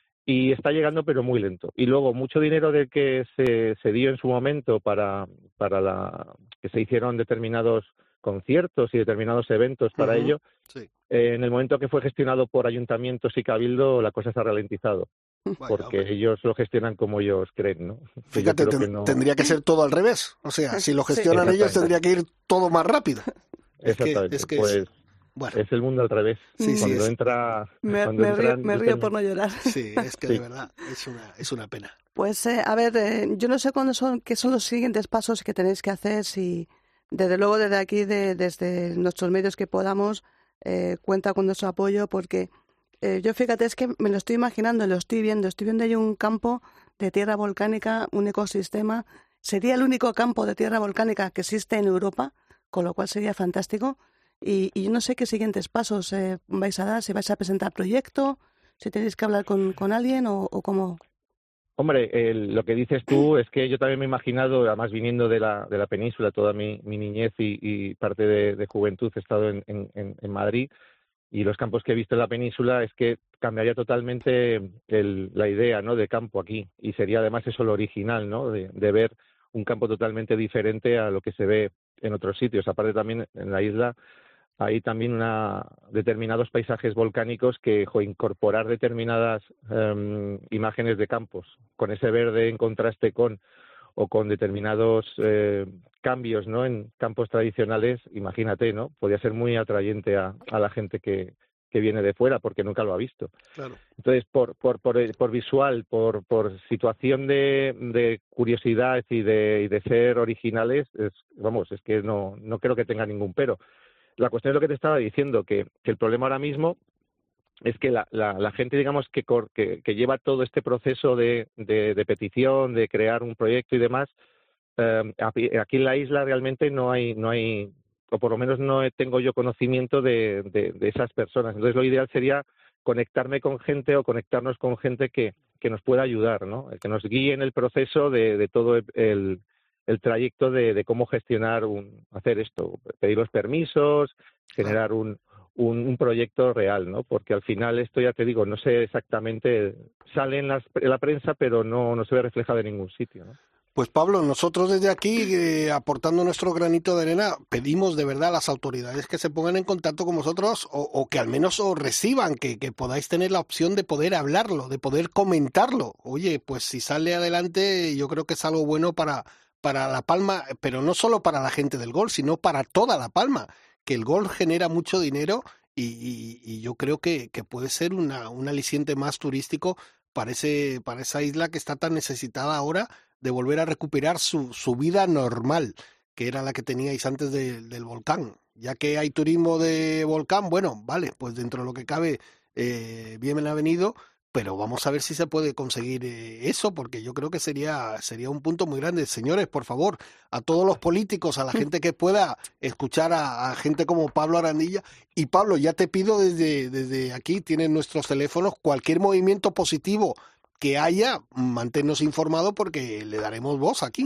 Y está llegando pero muy lento. Y luego mucho dinero del que se, se dio en su momento para, para la, que se hicieron determinados conciertos y determinados eventos para Ujú. ello, Sí. eh, en el momento que fue gestionado por ayuntamientos y cabildo, la cosa se ha ralentizado, Vaya, porque hombre. ellos lo gestionan como ellos creen, ¿no? Que yo Fíjate, creo ten- que no. tendría que ser todo al revés. O sea, si lo Sí. gestionan ellos, Exactamente, tendría que ir todo más rápido. Es que, es exactamente. que es, Pues bueno, es el mundo al revés. sí, sí, Mm, Cuando es, entra, Me, cuando me río, entran me río por determin- no llorar. sí, es que de Sí. verdad es una, es una pena. Pues eh, a ver, eh, yo no sé cuándo son, qué son los siguientes pasos que tenéis que hacer. Si desde luego desde aquí, de, desde nuestros medios que podamos, eh, cuenta con nuestro apoyo, porque eh, yo fíjate, es que me lo estoy imaginando, lo estoy viendo, estoy viendo ahí un campo de tierra volcánica, un ecosistema. Sería el único campo de tierra volcánica que existe en Europa, con lo cual sería fantástico. Y, y yo no sé qué siguientes pasos eh, vais a dar, si vais a presentar proyecto, si tenéis que hablar con, con alguien o, o cómo. Hombre, el- lo que dices tú es que yo también me he imaginado, además viniendo de la, de la península, toda mi, mi niñez y, y parte de, de juventud he estado en, en, en en Madrid, y los campos que he visto en la península, es que cambiaría totalmente el, la idea, ¿no?, de campo aquí, y sería además eso lo original, ¿no?, de, de ver un campo totalmente diferente a lo que se ve en otros sitios. Aparte también en la isla hay también una, determinados paisajes volcánicos que jo, incorporar determinadas eh, imágenes de campos con ese verde en contraste con o con determinados eh, cambios, ¿no?, en campos tradicionales, imagínate, ¿no? Podría ser muy atrayente a, a la gente que, que viene de fuera porque nunca lo ha visto. Claro. Entonces, por, por, por, por visual, por, por situación de, de curiosidad y de, y de ser originales, es, vamos, es que no, no creo que tenga ningún pero. La cuestión es lo que te estaba diciendo, que, que el problema ahora mismo es que la, la, la gente, digamos, que, que, que lleva todo este proceso de, de, de petición, de crear un proyecto y demás, eh, aquí en la isla realmente no hay, no hay, o por lo menos no tengo yo conocimiento de, de, de esas personas. Entonces, lo ideal sería conectarme con gente o conectarnos con gente que, que nos pueda ayudar, ¿no? Que nos guíe en el proceso de, de todo el, el trayecto de, de cómo gestionar, un, hacer esto, pedir los permisos, generar un, un, un proyecto real, ¿no? Porque al final esto, ya te digo, no sé exactamente, sale en, las, en la prensa, pero no, no se ve reflejado en ningún sitio, ¿no? Pues Pablo, nosotros desde aquí, eh, aportando nuestro granito de arena, pedimos de verdad a las autoridades que se pongan en contacto con vosotros o, o que al menos os reciban, que, que podáis tener la opción de poder hablarlo, de poder comentarlo. Oye, pues si sale adelante, yo creo que es algo bueno para, para La Palma, pero no solo para la gente del golf, sino para toda La Palma, que el golf genera mucho dinero y, y, y yo creo que, que puede ser una, un aliciente más turístico para, ese, para esa isla que está tan necesitada ahora de volver a recuperar su, su vida normal, que era la que teníais antes de, del volcán. Ya que hay turismo de volcán, bueno, vale, pues dentro de lo que cabe, eh, bien ha venido, pero vamos a ver si se puede conseguir eh, eso, porque yo creo que sería, sería un punto muy grande. Señores, por favor, a todos los políticos, a la gente que pueda escuchar a, a gente como Pablo Arandilla. Y Pablo, ya te pido desde, desde aquí, tienen nuestros teléfonos, cualquier movimiento positivo que haya, manténnos informados porque le daremos voz aquí.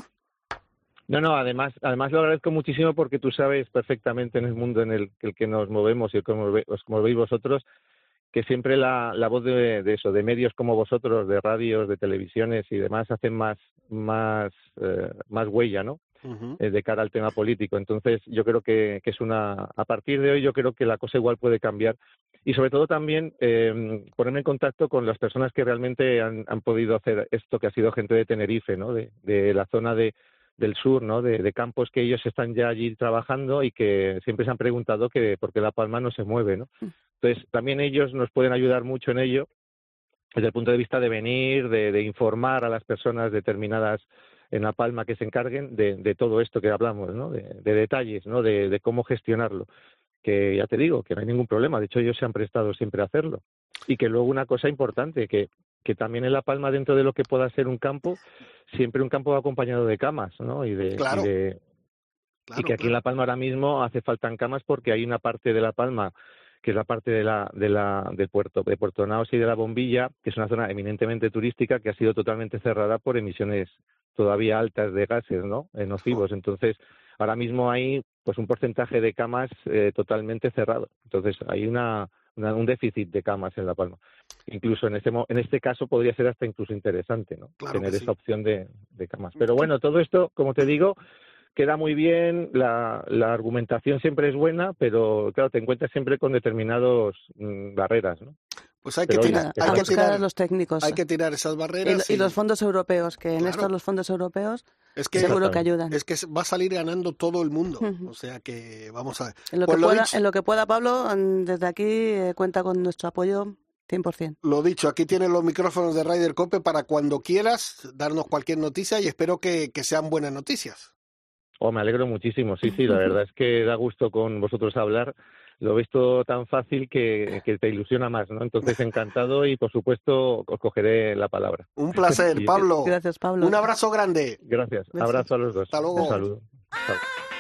No, no, además, además lo agradezco muchísimo porque tú sabes perfectamente en el mundo en el, el que nos movemos y como, como veis vosotros, que siempre la, la voz de, de eso, de medios como vosotros, de radios, de televisiones y demás, hacen más, más, eh, más huella, ¿no? Uh-huh. Eh, de cara al tema político. Entonces, yo creo que, que es una, a partir de hoy, yo creo que la cosa igual puede cambiar. Y sobre todo también eh, ponerme en contacto con las personas que realmente han, han podido hacer esto, que ha sido gente de Tenerife, ¿no? De, de la zona de, del sur, ¿no? De, de campos que ellos están ya allí trabajando y que siempre se han preguntado que por qué La Palma no se mueve, ¿no? Entonces, también ellos nos pueden ayudar mucho en ello, desde el punto de vista de venir, de, de informar a las personas determinadas en La Palma que se encarguen de, de todo esto que hablamos, ¿no? De, de detalles, ¿no? De, de cómo gestionarlo. Que ya te digo, que no hay ningún problema. De hecho, ellos se han prestado siempre a hacerlo. Y que luego una cosa importante, que, que también en La Palma, dentro de lo que pueda ser un campo, siempre un campo acompañado de camas, ¿no? Y de, claro. y, de, claro, y que aquí claro. en La Palma ahora mismo hace falta camas porque hay una parte de La Palma que es la parte de la de la de Puerto de Puerto Naos y de la Bombilla, que es una zona eminentemente turística que ha sido totalmente cerrada por emisiones todavía altas de gases, ¿no? Eh, nocivos. Entonces, ahora mismo hay pues un porcentaje de camas eh, totalmente cerrado. Entonces, hay una, una un déficit de camas en La Palma. Incluso en este en este caso podría ser hasta incluso interesante, ¿no? Claro tener que esa sí. opción de, de camas. Pero bueno, todo esto, como te digo, queda muy bien, la, la argumentación siempre es buena, pero claro, te encuentras siempre con determinados mmm, barreras, ¿no? Pues hay Pero que oye, tirar, a hay que buscar tirar, a los técnicos. hay que tirar esas Y, barreras. y los fondos europeos, que en Claro. estos los fondos europeos es que, seguro que ayudan. Es que va a salir ganando todo el mundo. Uh-huh. O sea que vamos a ver. En lo, Pues que lo pueda, dicho, en lo que pueda, Pablo, desde aquí eh, cuenta con nuestro apoyo cien por ciento. Lo dicho, aquí tienes los micrófonos de Ryder Cope para cuando quieras darnos cualquier noticia y espero que, que sean buenas noticias. Oh, me alegro muchísimo, sí, sí, la verdad es que da gusto con vosotros hablar. Lo ves todo tan fácil que, que te ilusiona más, ¿no? Entonces, encantado y, por supuesto, os cogeré la palabra. Un placer, Y- Pablo. Gracias, Pablo. Un abrazo grande. Gracias. Besos. Abrazo a los dos. Hasta luego. Un saludo. Chao.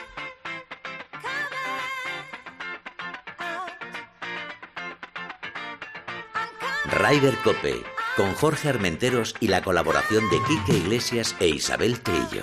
Ryder Cope, con Jorge Armenteros y la colaboración de Quique Iglesias e Isabel Trillo.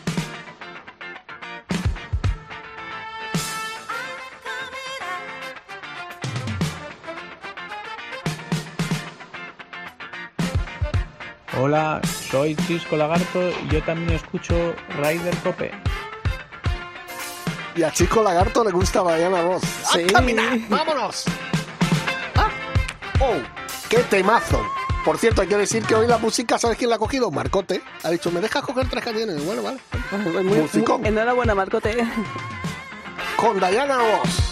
Hola, soy Chisco Lagarto y yo también escucho Ryder Cope. Y a Chico Lagarto le gusta Mariana Ross. Sí. ¡A caminar! ¡Vámonos! ¡Ah! ¡Oh! ¡Qué temazo! Por cierto, hay que decir que hoy la música, ¿sabes quién la ha cogido? Marcote. Ha dicho, ¿me dejas coger tres canciones? Bueno, vale. Muy, muy, Musicón. muy- enhorabuena, Marcote. Con Diana Ross.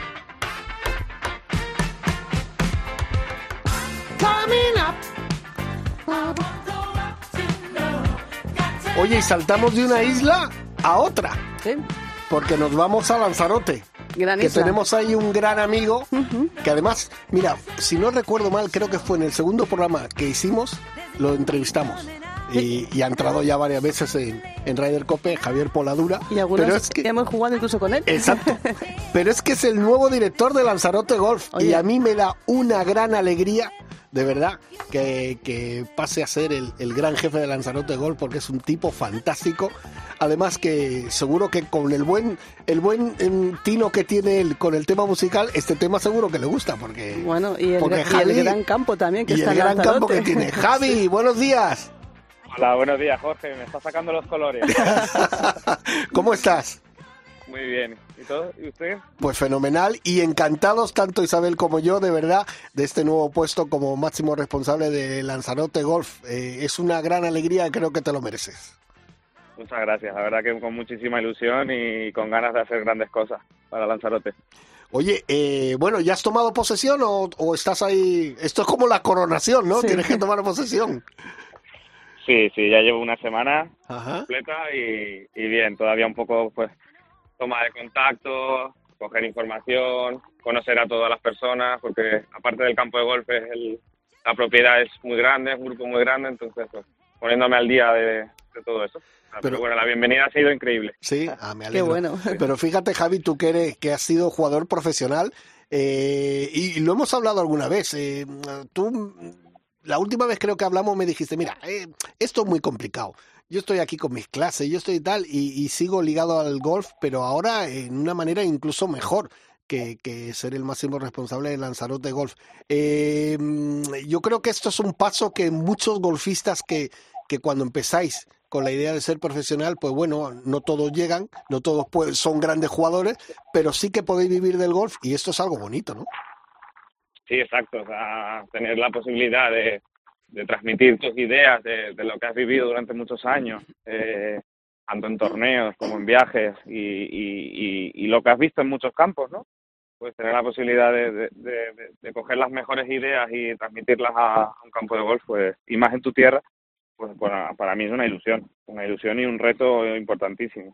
Oye, y saltamos de una isla a otra, Sí, porque nos vamos a Lanzarote. gran Que isla. tenemos ahí un gran amigo, Ujú. que además, mira, si no recuerdo mal, creo que fue en el segundo programa que hicimos, lo entrevistamos. Y, y ha entrado ya varias veces en, en Ryder Cope, Javier Poladura. Y algunos pero es que, hemos jugado incluso con él. exacto. Pero es que es el nuevo director de Lanzarote Golf. Oye. Y a mí me da una gran alegría de verdad, que, que pase a ser el, el gran jefe de Lanzarote Golf, porque es un tipo fantástico. Además que seguro que con el buen el buen eh, tino que tiene él con el tema musical, este tema seguro que le gusta, porque bueno, y el, porque y Javi, el gran campo también que y está el en gran Lanzarote. campo que tiene. Javi, buenos días. Hola, buenos días, Jorge. Me está sacando los colores. ¿Cómo estás? Muy bien. ¿Y todo? ¿Y usted? Pues fenomenal y encantados, tanto Isabel como yo, de verdad, de este nuevo puesto como máximo responsable de Lanzarote Golf. Eh, es una gran alegría, creo que te lo mereces. Muchas gracias. La verdad que con muchísima ilusión y con ganas de hacer grandes cosas para Lanzarote. Oye, eh, bueno, ¿ya has tomado posesión o, o estás ahí? Esto es como la coronación, ¿no? Sí. Tienes que tomar posesión. Sí, sí, ya llevo una semana Ajá. completa y, y bien, todavía un poco, pues, toma de contacto, coger información, conocer a todas las personas, porque aparte del campo de golf, es el, la propiedad es muy grande, es un grupo muy grande, entonces, pues, poniéndome al día de, de todo eso. Pero, Pero bueno, la bienvenida ha sido increíble. Sí, ah, me alegro. Qué bueno. Pero fíjate, Javi, tú que eres, que has sido jugador profesional, eh, y, y lo hemos hablado alguna vez, eh, tú, la última vez creo que hablamos me dijiste, mira, eh, esto es muy complicado. Yo estoy aquí con mis clases, yo estoy tal, y, y sigo ligado al golf, pero ahora en una manera incluso mejor que, que ser el máximo responsable de Lanzarote Golf. Eh, yo creo que esto es un paso que muchos golfistas que, que cuando empezáis con la idea de ser profesional, pues bueno, no todos llegan, no todos pues, son grandes jugadores, pero sí que podéis vivir del golf y esto es algo bonito, ¿no? Sí, exacto. O sea, tener la posibilidad de, de transmitir tus ideas de, de lo que has vivido durante muchos años, eh, tanto en torneos como en viajes y, y, y, y lo que has visto en muchos campos, ¿no? Pues tener la posibilidad de, de, de, de coger las mejores ideas y transmitirlas a, a un campo de golf, pues, y más en tu tierra, pues para, para mí es una ilusión, una ilusión y un reto importantísimo.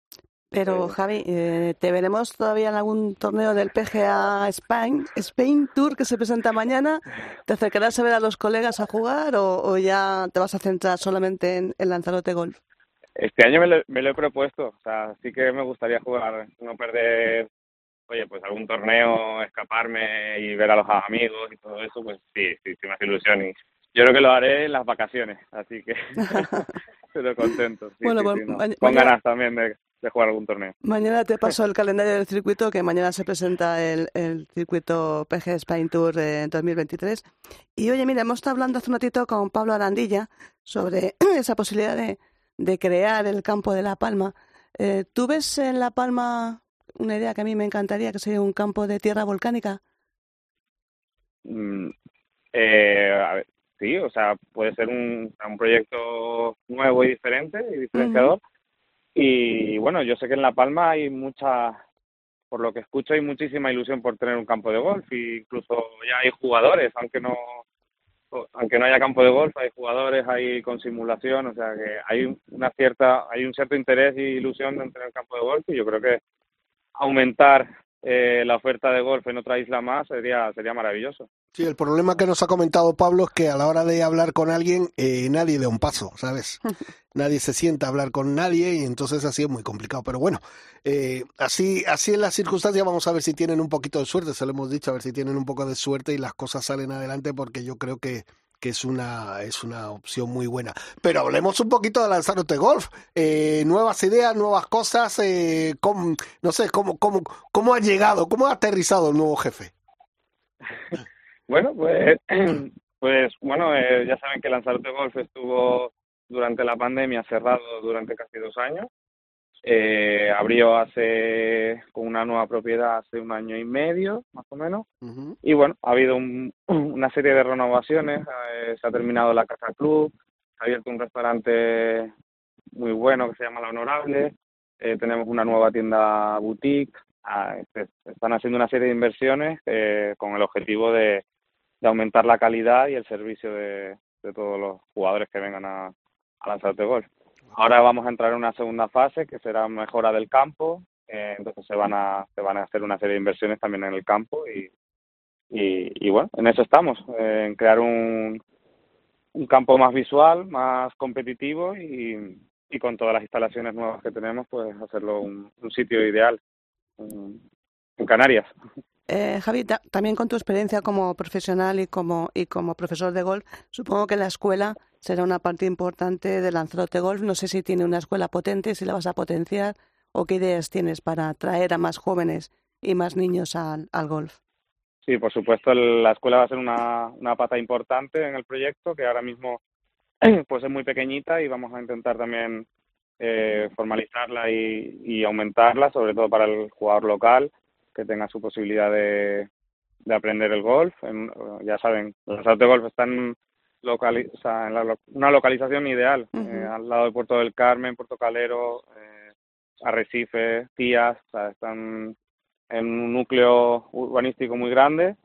Pero Eh, Javi, eh, ¿te veremos todavía en algún torneo del P G A Spain, Spain Tour que se presenta mañana? ¿Te acercarás a ver a los colegas a jugar o, o ya te vas a centrar solamente en, en Lanzarote Golf? Este año me lo, me lo he propuesto, o sea, sí que me gustaría jugar, no perder, oye, pues algún torneo, escaparme y ver a los amigos y todo eso, pues sí, sí, sí me hace ilusión y yo creo que lo haré en las vacaciones, así que estoy contento. Sí, bueno, sí, pues, sí, ¿no? ma- Con mañana, ganas también de, de jugar algún torneo. mañana te paso el calendario del circuito, que mañana se presenta el, el circuito P G A Spain Tour eh, dos mil veintitrés. Y oye, mira, hemos estado hablando hace un ratito con Pablo Arandilla sobre esa posibilidad de, de crear el campo de La Palma. Eh, ¿Tú ves en La Palma una idea que a mí me encantaría, que sería un campo de tierra volcánica? Mm, eh, a ver, sí, o sea, puede ser un, un proyecto nuevo y diferente y diferenciador. Uh-huh. Y bueno, yo sé que en La Palma hay mucha, por lo que escucho, hay muchísima ilusión por tener un campo de golf, e incluso ya hay jugadores, aunque no aunque no haya campo de golf, hay jugadores ahí con simulación, o sea que hay una cierta, hay un cierto interés y ilusión en tener campo de golf, y yo creo que aumentar eh, la oferta de golf en otra isla más sería sería maravilloso. Sí, el problema que nos ha comentado Pablo es que a la hora de hablar con alguien, eh, nadie da un paso, ¿sabes? Nadie se sienta a hablar con nadie y entonces así es muy complicado. Pero bueno, eh, así así en las circunstancias, vamos a ver si tienen un poquito de suerte, se lo hemos dicho, a ver si tienen un poco de suerte y las cosas salen adelante, porque yo creo que, que es una es una opción muy buena. Pero hablemos un poquito de Lanzarote Golf, eh, nuevas ideas, nuevas cosas, eh, cómo, no sé, cómo, cómo, cómo ha llegado, cómo ha aterrizado el nuevo jefe. Bueno, pues, pues bueno, eh, ya saben que Lanzarote Golf estuvo durante la pandemia cerrado durante casi dos años. Eh, abrió hace con una nueva propiedad hace un año y medio, más o menos. Uh-huh. Y bueno, ha habido un, una serie de renovaciones. Eh, se ha terminado la Casa Club, se ha abierto un restaurante muy bueno que se llama La Honorable. Eh, tenemos una nueva tienda boutique. Ah, este, están haciendo una serie de inversiones eh, con el objetivo de de aumentar la calidad y el servicio de, de todos los jugadores que vengan a, a Lanzarote Golf. Ahora vamos a entrar en una segunda fase que será mejora del campo, eh, entonces se van a se van a hacer una serie de inversiones también en el campo y y, y bueno, en eso estamos, eh, en crear un un campo más visual, más competitivo y, y con todas las instalaciones nuevas que tenemos, pues hacerlo un, un sitio ideal en, en Canarias. Eh, Javi, ta- también con tu experiencia como profesional y como, y como profesor de golf, supongo que la escuela será una parte importante de Lanzarote Golf. No sé si tiene una escuela potente, si la vas a potenciar o qué ideas tienes para atraer a más jóvenes y más niños al, al golf. Sí, por supuesto, el- la escuela va a ser una, una pata importante en el proyecto, que ahora mismo pues es muy pequeñita y vamos a intentar también eh, formalizarla y, y aumentarla, sobre todo para el jugador local, que tenga su posibilidad de, de aprender el golf. En- ya saben, Lanzarote Golf está en, locali- o sea, en la lo- una localización ideal, eh, Ujú. al lado de Puerto del Carmen, Puerto Calero, eh, Arrecife, Tías, o sea, están en un núcleo urbanístico muy grande.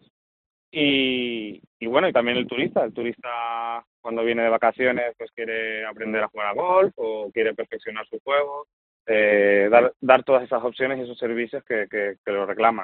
Y, y bueno, y también el turista. El turista cuando viene de vacaciones pues quiere aprender a jugar a golf o quiere perfeccionar su juego. Eh, dar, dar todas esas opciones y esos servicios que, que, que lo reclaman.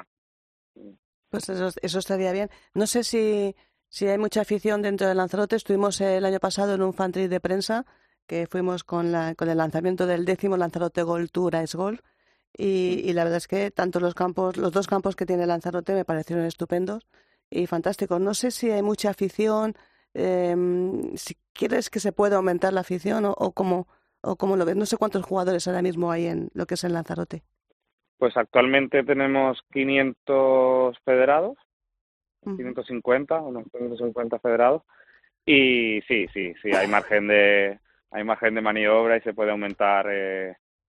Pues eso, eso estaría bien. No sé si, si hay mucha afición dentro de Lanzarote. Estuvimos el año pasado en un fan trip de prensa que fuimos con, la, con el lanzamiento del décimo Lanzarote Golf Tour Ice Golf y, y la verdad es que tanto los campos, los dos campos que tiene Lanzarote me parecieron estupendos y fantásticos. No sé si hay mucha afición, eh, si quieres que se pueda aumentar la afición o, o cómo, o cómo lo ves. No sé cuántos jugadores ahora mismo hay en lo que es en Lanzarote. Pues actualmente tenemos quinientos federados, Ujú. quinientos cincuenta, unos quinientos cincuenta federados. Y sí, sí, sí, hay margen de hay margen de maniobra y se puede aumentar eh,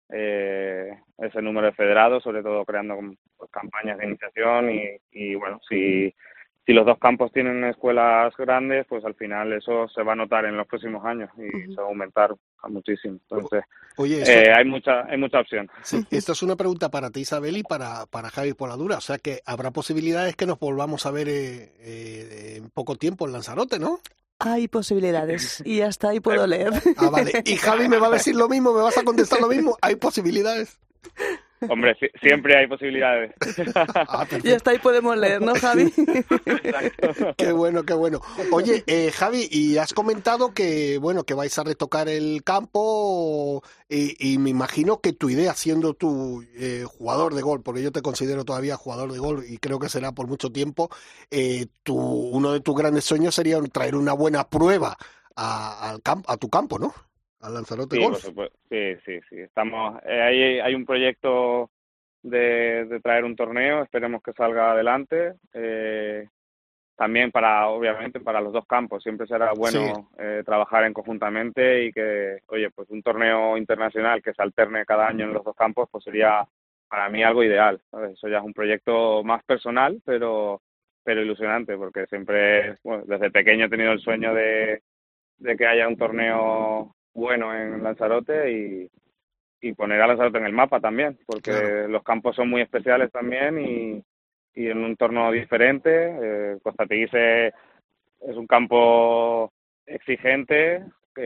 eh, ese número de federados, sobre todo creando pues, campañas de iniciación y, y bueno, si si los dos campos tienen escuelas grandes, pues al final eso se va a notar en los próximos años y Ujú. se va a aumentar muchísimo. Entonces, Oye, eso, eh, hay mucha hay mucha opción. sí, esto es una pregunta para ti, Isabel, y para, para Javi Poladura. O sea que habrá posibilidades que nos volvamos a ver eh, eh, en poco tiempo en Lanzarote, ¿no? Hay posibilidades y hasta ahí puedo leer. Ah, vale. Y Javi me va a decir lo mismo, me vas a contestar lo mismo. Hay posibilidades. Hombre, si- siempre hay posibilidades. Ah, Y perfecto. hasta ahí podemos leer, ¿no, Javi? Exacto. Qué bueno, qué bueno. Oye, eh, Javi, y has comentado que, bueno, que vais a retocar el campo y, y me imagino que tu idea, siendo tu eh, jugador de golf, porque yo te considero todavía jugador de golf y creo que será por mucho tiempo, eh, tu, uno de tus grandes sueños sería traer una buena prueba a, al camp- a tu campo, ¿no? Al Lanzarote Sí, por Golf. supuesto. Sí, sí, sí. Estamos, eh, hay, hay un proyecto de, de traer un torneo, esperemos que salga adelante. Eh, también para, obviamente, para los dos campos. Siempre será Sí, bueno eh, trabajar en conjuntamente y que, oye, pues un torneo internacional que se alterne cada año en los dos campos, pues sería para mí algo ideal, ¿sabes? Eso ya es un proyecto más personal, pero pero ilusionante, porque siempre, bueno, desde pequeño he tenido el sueño de, de que haya un torneo bueno en Lanzarote y, y poner a Lanzarote en el mapa también, claro. porque los campos son muy especiales también y, y en un entorno diferente. Eh, Costa Teguise es un campo exigente,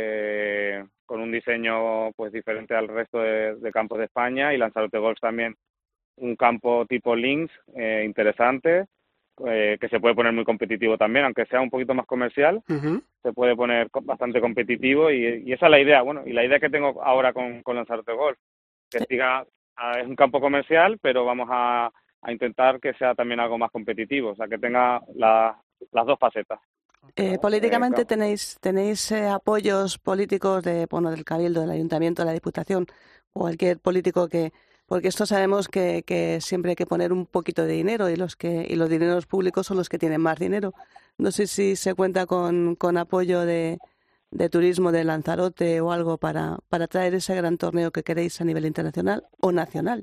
eh, con un diseño pues diferente al resto de, de campos de España, y Lanzarote Golf también un campo tipo links eh, interesante, eh, que se puede poner muy competitivo también, aunque sea un poquito más comercial, Ujú. se puede poner co- bastante competitivo y, y esa es la idea, bueno, y la idea que tengo ahora con, con Lanzarote Golf, que siga, ah, es un campo comercial, pero vamos a, a intentar que sea también algo más competitivo, o sea, que tenga la, las dos facetas. Eh, Eh, políticamente claro. tenéis tenéis eh, apoyos políticos de bueno del Cabildo, del Ayuntamiento, de la Diputación, cualquier político que porque esto sabemos que, que siempre hay que poner un poquito de dinero y los que y los dineros públicos son los que tienen más dinero. No sé si se cuenta con, con apoyo de, de turismo de Lanzarote o algo para, para traer ese gran torneo que queréis a nivel internacional o nacional.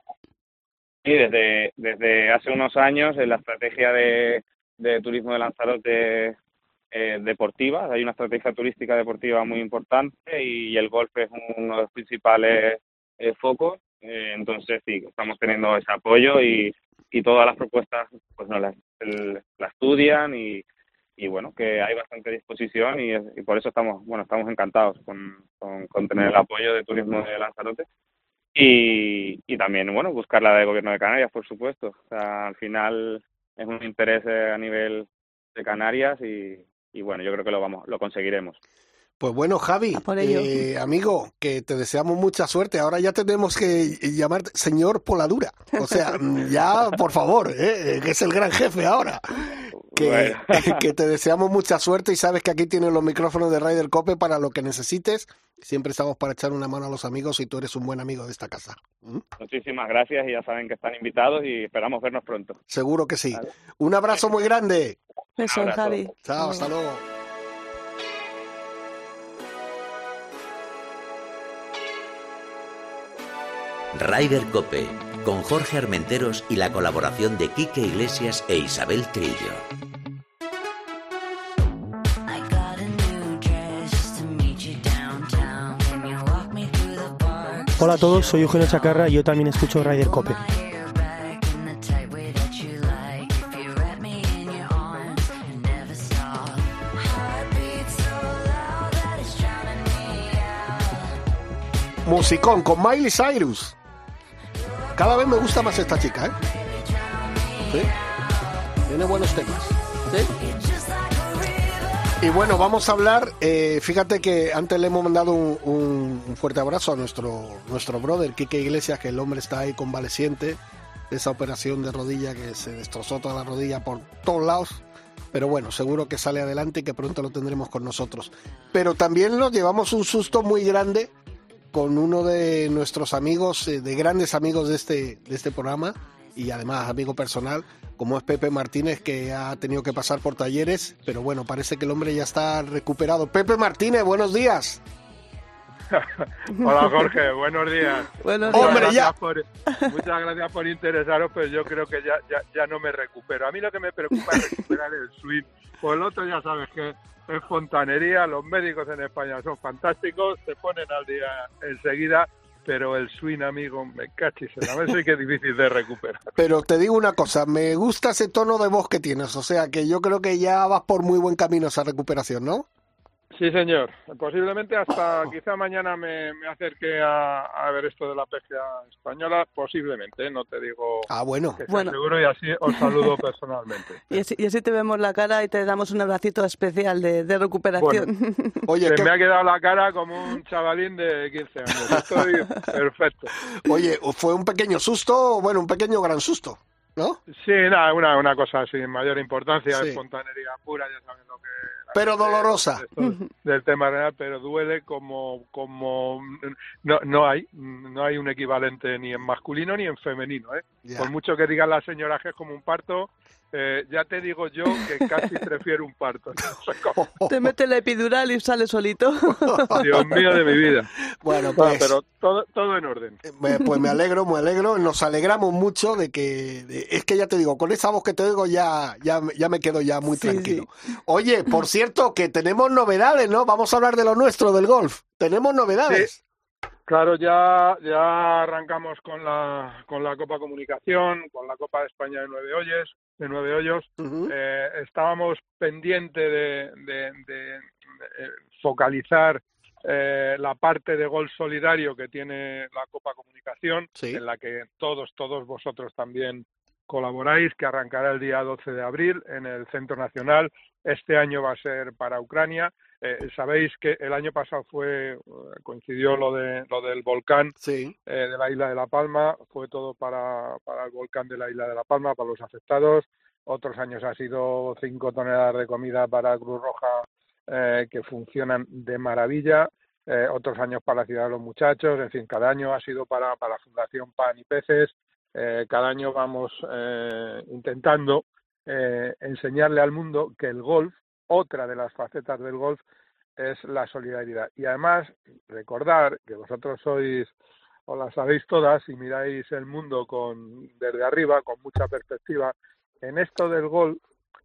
Sí, desde, desde hace unos años en la estrategia de, de turismo de Lanzarote eh, deportiva, hay una estrategia turística deportiva muy importante y el golf es uno de los principales eh, focos. Eh, entonces sí, estamos teniendo ese apoyo y, y todas las propuestas pues no las, el, la estudian y, y bueno, que hay bastante disposición y, y por eso estamos bueno estamos encantados con, con, con tener el apoyo de turismo de Lanzarote. Y, y también, bueno, buscar la del Gobierno de Canarias, por supuesto. O sea, al final es un interés eh, a nivel de Canarias y, y, bueno, yo creo que lo vamos, lo conseguiremos. Pues bueno, Javi, eh, amigo, que te deseamos mucha suerte. Ahora ya tenemos que llamarte señor Poladura. O sea, ya, por favor, eh, que es el gran jefe ahora. Que, bueno. que te deseamos mucha suerte y sabes que aquí tienes los micrófonos de Ryder Cope para lo que necesites. Siempre estamos para echar una mano a los amigos y tú eres un buen amigo de esta casa. ¿Mm? Muchísimas gracias y ya saben que están invitados y esperamos vernos pronto. Seguro que sí. Vale. Un abrazo muy grande. Eso, Javi. Chao, hasta luego. Ryder Cope, con Jorge Armenteros y la colaboración de Quique Iglesias e Isabel Trillo. Hola a todos, soy Eugenio Chacarra y yo también escucho Ryder Cope. Musicón con Miley Cyrus. Cada vez me gusta más esta chica, ¿eh? Sí. Tiene buenos temas. Sí. Y bueno, vamos a hablar, eh, fíjate que antes le hemos mandado un, un, un fuerte abrazo a nuestro, nuestro brother Quique Iglesias, que el hombre está ahí convaleciente de esa operación de rodilla que se destrozó toda la rodilla por todos lados. Pero bueno, seguro que sale adelante y que pronto lo tendremos con nosotros. Pero también nos llevamos un susto muy grande con uno de nuestros amigos, de grandes amigos de este, de este programa y además amigo personal, como es Pepe Martínez, que ha tenido que pasar por talleres, pero bueno, parece que el hombre ya está recuperado. Pepe Martínez, buenos días. Hola Jorge, buenos días. Buenos días. Hombre, ya. Por, muchas gracias por interesaros, pero yo creo que ya, ya, ya no me recupero. A mí lo que me preocupa es recuperar el swing. Por el otro ya sabes que es fontanería, los médicos en España son fantásticos, se ponen al día enseguida, pero el swing, amigo, me cachis en la mesa y que es difícil de recuperar. Pero te digo una cosa, me gusta ese tono de voz que tienes, o sea que yo creo que ya vas por muy buen camino esa recuperación, ¿no? Sí, señor. Posiblemente hasta quizá mañana me, me acerque a, a ver esto de la P G A española, posiblemente, no te digo ah, bueno. que sea bueno. seguro y así os saludo personalmente. Y así, y así te vemos la cara y te damos un abracito especial de, de recuperación. Bueno, Oye, que ¿qué? Me ha quedado la cara como un chavalín de quince años. Estoy perfecto. Oye, ¿fue un pequeño susto? Bueno, un pequeño gran susto, ¿no? Sí, nada, una, una cosa sin mayor importancia, Sí. es fontanería pura, ya saben lo que... Pero dolorosa. Esto, del tema real, pero duele como... como no, no hay no hay un equivalente ni en masculino ni en femenino, ¿eh? Ya. Por mucho que digan las señoras que es como un parto, eh, ya te digo yo que casi prefiero un parto. No sé cómo. Te mete la epidural y sale solito. Dios mío de mi vida. Bueno, pues... No, pero todo, todo en orden. Pues me alegro, me alegro, nos alegramos mucho de que, de, es que ya te digo, con esa voz que te oigo ya, ya, ya me quedo ya muy Sí, tranquilo. Sí. Oye, por cierto, que tenemos novedades, ¿no? Vamos a hablar de lo nuestro, del golf. Tenemos novedades. Sí. Claro, ya ya arrancamos con la con la Copa Comunicación, con la Copa de España de nueve hoyos, de nueve hoyos. Uh-huh. Eh, estábamos pendientes de, de, de, de focalizar eh, la parte de golf solidario que tiene la Copa Comunicación, sí. en la que todos todos vosotros también colaboráis, que arrancará el día doce de abril en el Centro Nacional. Este año va a ser para Ucrania. Eh, sabéis que el año pasado fue coincidió lo de lo del volcán sí. eh, de la isla de La Palma, fue todo para, para el volcán de la isla de La Palma, para los afectados. Otros años ha sido cinco toneladas de comida para Cruz Roja eh, que funcionan de maravilla. Eh, otros años para la Ciudad de los Muchachos. En fin, cada año ha sido para, para la Fundación Pan y Peces. Eh, cada año vamos eh, intentando eh, enseñarle al mundo que el golf, otra de las facetas del golf, es la solidaridad. Y además, recordar que vosotros sois, o la sabéis todas, y miráis el mundo con desde arriba, con mucha perspectiva, en esto del golf,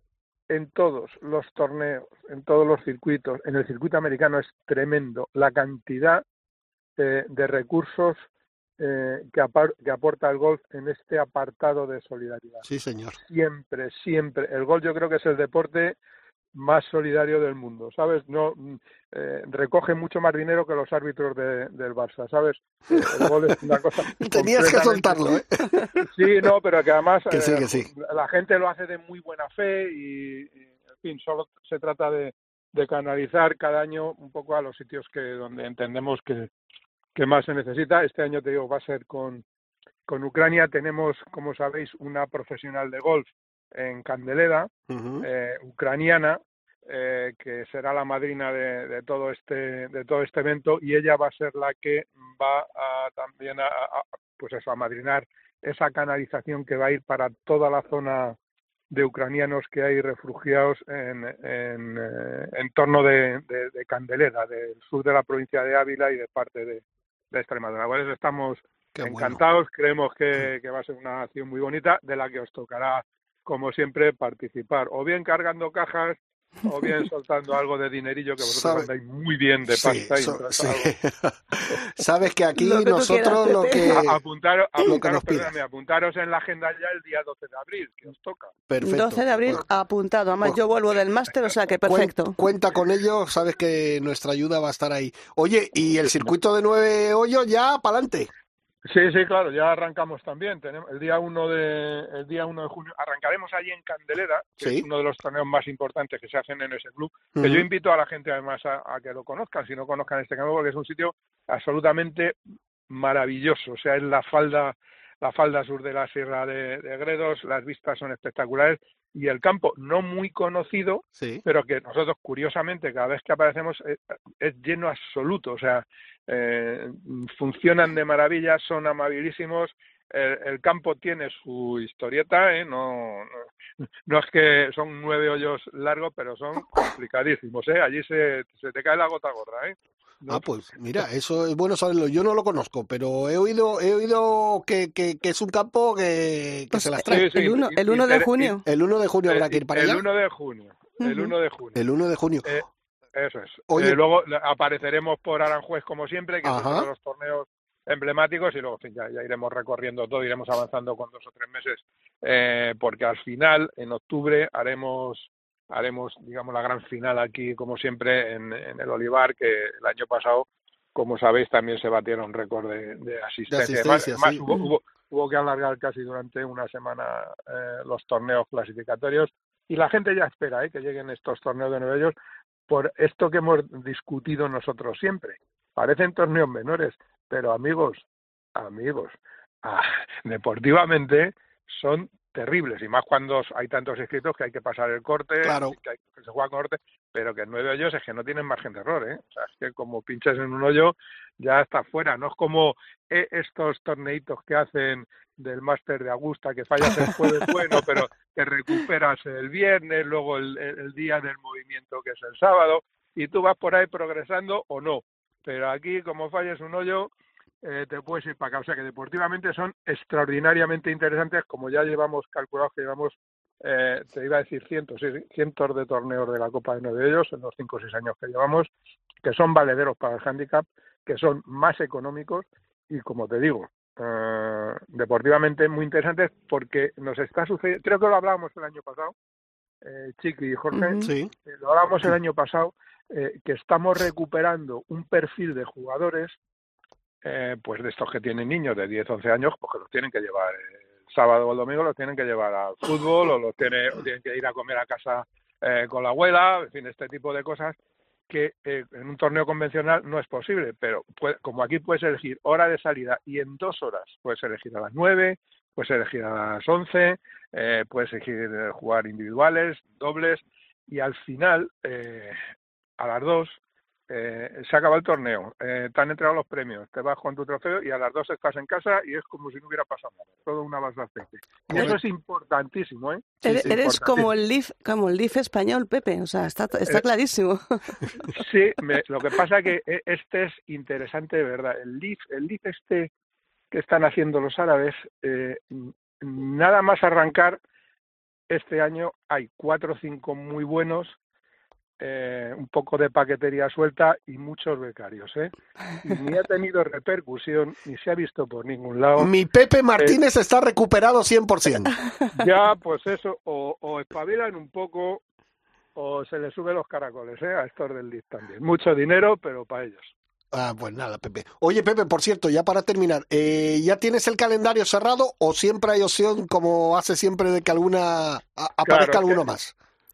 en todos los torneos, en todos los circuitos, en el circuito americano es tremendo la cantidad eh, de recursos eh, que, apar- que aporta el golf en este apartado de solidaridad. Sí, señor. Siempre, siempre. El golf yo creo que es el deporte más solidario del mundo, ¿sabes? No eh, recoge mucho más dinero que los árbitros de, del Barça, ¿sabes? Eh, el gol es una cosa tenías que soltarlo, ¿eh? Sí, no, pero que además que sí, eh, que sí. la gente lo hace de muy buena fe y, y en fin, solo se trata de, de canalizar cada año un poco a los sitios que donde entendemos que, que más se necesita. Este año, te digo, va a ser con, con Ucrania. Tenemos, como sabéis, una profesional de golf en Candelera, uh-huh. eh, ucraniana, eh, que será la madrina de, de todo este de todo este evento, y ella va a ser la que va a, también a, a pues eso, a madrinar esa canalización que va a ir para toda la zona de ucranianos que hay refugiados en, en, eh, en torno de, de, de Candelera, del sur de la provincia de Ávila y de parte de, de Extremadura. Por eso estamos Qué encantados, bueno. Creemos que, que va a ser una acción muy bonita, de la que os tocará, como siempre, participar, o bien cargando cajas, o bien soltando algo de dinerillo, que vosotros andáis muy bien de pasta. Sí, y so, sí. Sabes que aquí lo que nosotros lo que... A, apuntaros, apuntaros, perdóname, apuntaros en la agenda ya el día doce de abril, que os toca. Perfecto. doce de abril, bueno, apuntado. Además, pues, yo vuelvo del máster, o sea que perfecto. Cuenta con ello, sabes que nuestra ayuda va a estar ahí. Oye, ¿y el circuito de Nueve Hoyos ya para adelante? Sí, sí, claro, ya arrancamos también. Tenemos el día uno de el día uno de junio arrancaremos allí en Candelera, que ¿sí? es uno de los torneos más importantes que se hacen en ese club. Uh-huh. Que yo invito a la gente además a, a que lo conozcan, si no conozcan este campo, porque es un sitio absolutamente maravilloso. O sea, es la falda la falda sur de la Sierra de, de Gredos, las vistas son espectaculares y el campo no muy conocido, sí. pero que nosotros curiosamente cada vez que aparecemos es, es lleno absoluto. O sea, Eh, funcionan de maravilla, son amabilísimos, el, el campo tiene su historieta, ¿eh? no, no, no es que son nueve hoyos largos, pero son complicadísimos, ¿eh? Allí se, se te cae la gota gorda, ¿eh? No. Ah, pues mira, eso es bueno saberlo. Yo no lo conozco, pero he oído he oído que, que, que es un campo que, que pues se las trae. Sí, sí, el uno, el uno de junio. El uno de junio habrá que ir para el allá. El uno de junio. Uh-huh. El uno de junio. El uno de junio. Eh, Eso es. Eh, luego apareceremos por Aranjuez como siempre, que Ajá. es uno de los torneos emblemáticos, y luego en fin, ya, ya iremos recorriendo todo, iremos avanzando con dos o tres meses, eh, porque al final, en octubre, haremos haremos digamos la gran final aquí, como siempre, en, en el Olivar, que el año pasado, como sabéis, también se batieron récord de, de asistencia. De asistencia Además, sí. hubo, hubo, hubo que alargar casi durante una semana eh, los torneos clasificatorios, y la gente ya espera eh, que lleguen estos torneos de Nueve Hoyos, por esto que hemos discutido nosotros siempre. Parecen torneos menores, pero amigos, amigos, ah, deportivamente son terribles, y más cuando hay tantos inscritos que hay que pasar el corte, claro. que, hay, que se juega corte, pero que en Nueve Hoyos es que no tienen margen de error, ¿eh? O sea, es que como pinches en un hoyo, ya está fuera. No es como eh, estos torneitos que hacen del máster de Augusta, que fallas el jueves, bueno, pero te recuperas el viernes, luego el, el, el día del movimiento, que es el sábado, y tú vas por ahí progresando o no. Pero aquí, como falles un hoyo, eh, te puedes ir para acá. O sea que deportivamente son extraordinariamente interesantes, como ya llevamos calculados que llevamos, eh, te iba a decir cientos, sí, cientos de torneos de la Copa de Nueve Hoyos en los cinco o seis años que llevamos, que son valederos para el handicap, que son más económicos y, como te digo, Uh, deportivamente muy interesantes, porque nos está sucediendo, creo que lo hablábamos el año pasado, eh, Chiqui y Jorge, uh-huh. sí. eh, lo hablábamos el año pasado, eh, que estamos recuperando un perfil de jugadores, eh, pues de estos que tienen niños de diez, once años, porque los tienen que llevar el sábado o el domingo, los tienen que llevar al fútbol, o los tiene, o tienen que ir a comer a casa eh, con la abuela, en fin, este tipo de cosas que eh, en un torneo convencional no es posible, pero puede, como aquí puedes elegir hora de salida y en dos horas puedes elegir a las nueve, puedes elegir a las once, eh, puedes elegir eh, jugar individuales, dobles, y al final, eh, a las dos, eh, se acaba el torneo, eh, te han entregado los premios, te vas con tu trofeo y a las dos estás en casa y es como si no hubiera pasado nada, todo una base de aceite. Y eso es importantísimo, ¿eh? Sí, eres importantísimo. como el Leaf, como el Leaf español, Pepe, o sea, está, está eh, clarísimo. Sí, me, lo que pasa que este es interesante de verdad. El Leaf, el Leaf este que están haciendo los árabes, eh, nada más arrancar este año hay cuatro o cinco muy buenos, Eh, un poco de paquetería suelta y muchos becarios, ¿eh? Y ni ha tenido repercusión, ni se ha visto por ningún lado. Mi Pepe Martínez eh, está recuperado cien por ciento. Ya, pues eso, o, o espabilan un poco o se les sube los caracoles, ¿eh? A estos del Leaf también. Mucho dinero, pero para ellos. Ah, pues nada, Pepe. Oye, Pepe, por cierto, ya para terminar, eh, ¿ya tienes el calendario cerrado o siempre hay opción, como hace siempre, de que alguna a, aparezca claro, alguno que... más?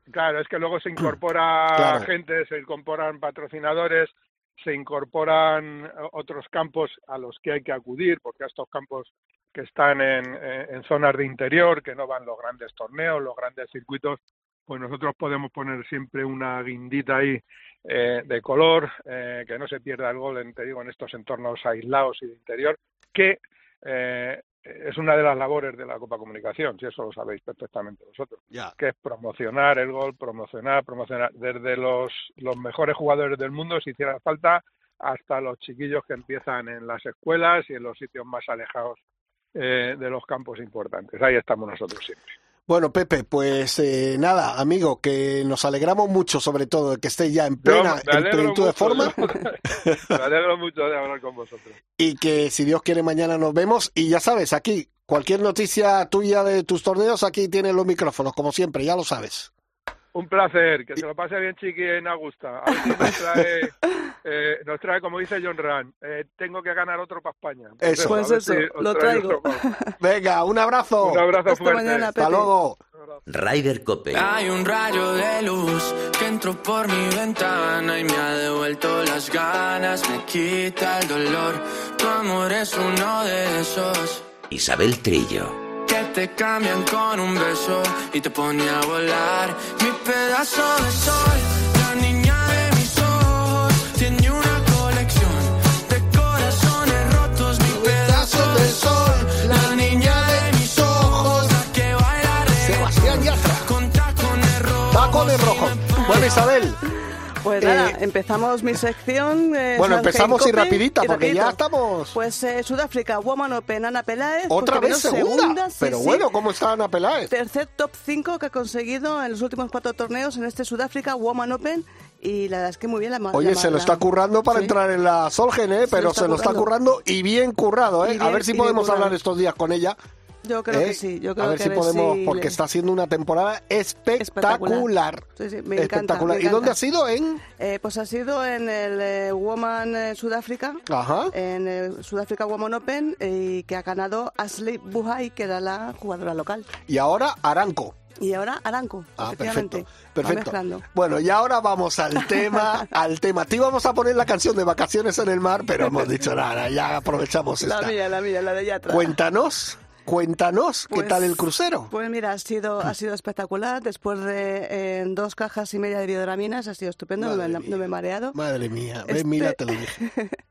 Claro, es que luego se incorpora Claro. gente, se incorporan patrocinadores, se incorporan otros campos a los que hay que acudir, porque a estos campos que están en, en, en zonas de interior, que no van los grandes torneos, los grandes circuitos, pues nosotros podemos poner siempre una guindita ahí eh, de color, eh, que no se pierda el gol, en, te digo, en estos entornos aislados y de interior, que eh, es una de las labores de la Copa Comunicación, si eso lo sabéis perfectamente vosotros, Ya. que es promocionar el gol, promocionar, promocionar, desde los, los mejores jugadores del mundo, si hiciera falta, hasta los chiquillos que empiezan en las escuelas y en los sitios más alejados eh, de los campos importantes. Ahí estamos nosotros siempre. Bueno, Pepe, pues eh, nada, amigo, que nos alegramos mucho, sobre todo, de que estés ya en plena, Yo me en alegro plenitud de mucho, forma. yo- me alegro mucho de hablar con vosotros. Y que si Dios quiere mañana nos vemos. Y ya sabes, aquí, cualquier noticia tuya de tus torneos, aquí tienes los micrófonos, como siempre, ya lo sabes. Un placer, que se lo pase bien Chiqui en Augusta. A ver si nos trae, eh, nos trae como dice John Ram, eh, tengo que ganar otro para España. Eso. Pues a ver eso, si os lo trae traigo. otro pa- Venga, un abrazo. Un abrazo Hasta fuerte. mañana, Hasta Pepe. luego. Ryder Cope. Hay un rayo de luz que entró por mi ventana y me ha devuelto las ganas, me quita el dolor. Tu amor es uno de esos Isabel Trillo. que te cambian con un beso y te pone a volar. Mi pedazo de sol, la niña de mis ojos, tiene una colección de corazones rotos. Mi pedazo de sol, la niña de mis ojos, la que baila Sebastián Yatra. con tacones rojos. Tacones rojos. Bueno, Isabel. Pues Eh, nada, empezamos mi sección. Eh, Bueno, Sanjay empezamos y Cope, rapidita, y porque ya rapidito. estamos... Pues eh, Sudáfrica, Woman Open, Ana Peláez. Otra porque vez quedó segunda. sí, Pero sí. bueno, ¿cómo está Ana Peláez? Tercer top cinco que ha conseguido en los últimos cuatro torneos en este Sudáfrica Woman Open. Y la verdad es que muy bien la Oye, la- se lo la- está currando para Sí. entrar en la Solgen, ¿eh? Se Pero lo está se lo está currando y bien currado, ¿eh? Y a bien- ver si y bien podemos currado. hablar estos días con ella. Yo creo ¿eh? que sí. Yo creo a ver que si podemos, sí porque le- está haciendo una temporada espectacular. Sí, sí, me encanta, Espectacular. me ¿Y dónde encanta. ha sido? En... Eh, pues ha sido en el eh, Woman eh, Sudáfrica, Ajá. en el Sudáfrica Woman Open, y que ha ganado Ashley Buhai, que era la jugadora local. Y ahora Aranco. Y ahora Aranco, Ah, efectivamente. perfecto, Va perfecto. mezclando. Bueno, y ahora vamos al tema, al tema. Te íbamos a poner la canción de Vacaciones en el Mar, pero hemos dicho nada, ya aprovechamos La esta. mía, la mía, la de Yatra. Cuéntanos, cuéntanos, ¿qué Pues- tal el crucero? Pues mira, ha sido, ha sido espectacular. Después de eh, dos cajas y media de biodraminas, ha sido estupendo, no me, Madre no me he mía. mareado. Madre mía, ves, Este- mira, te lo dije.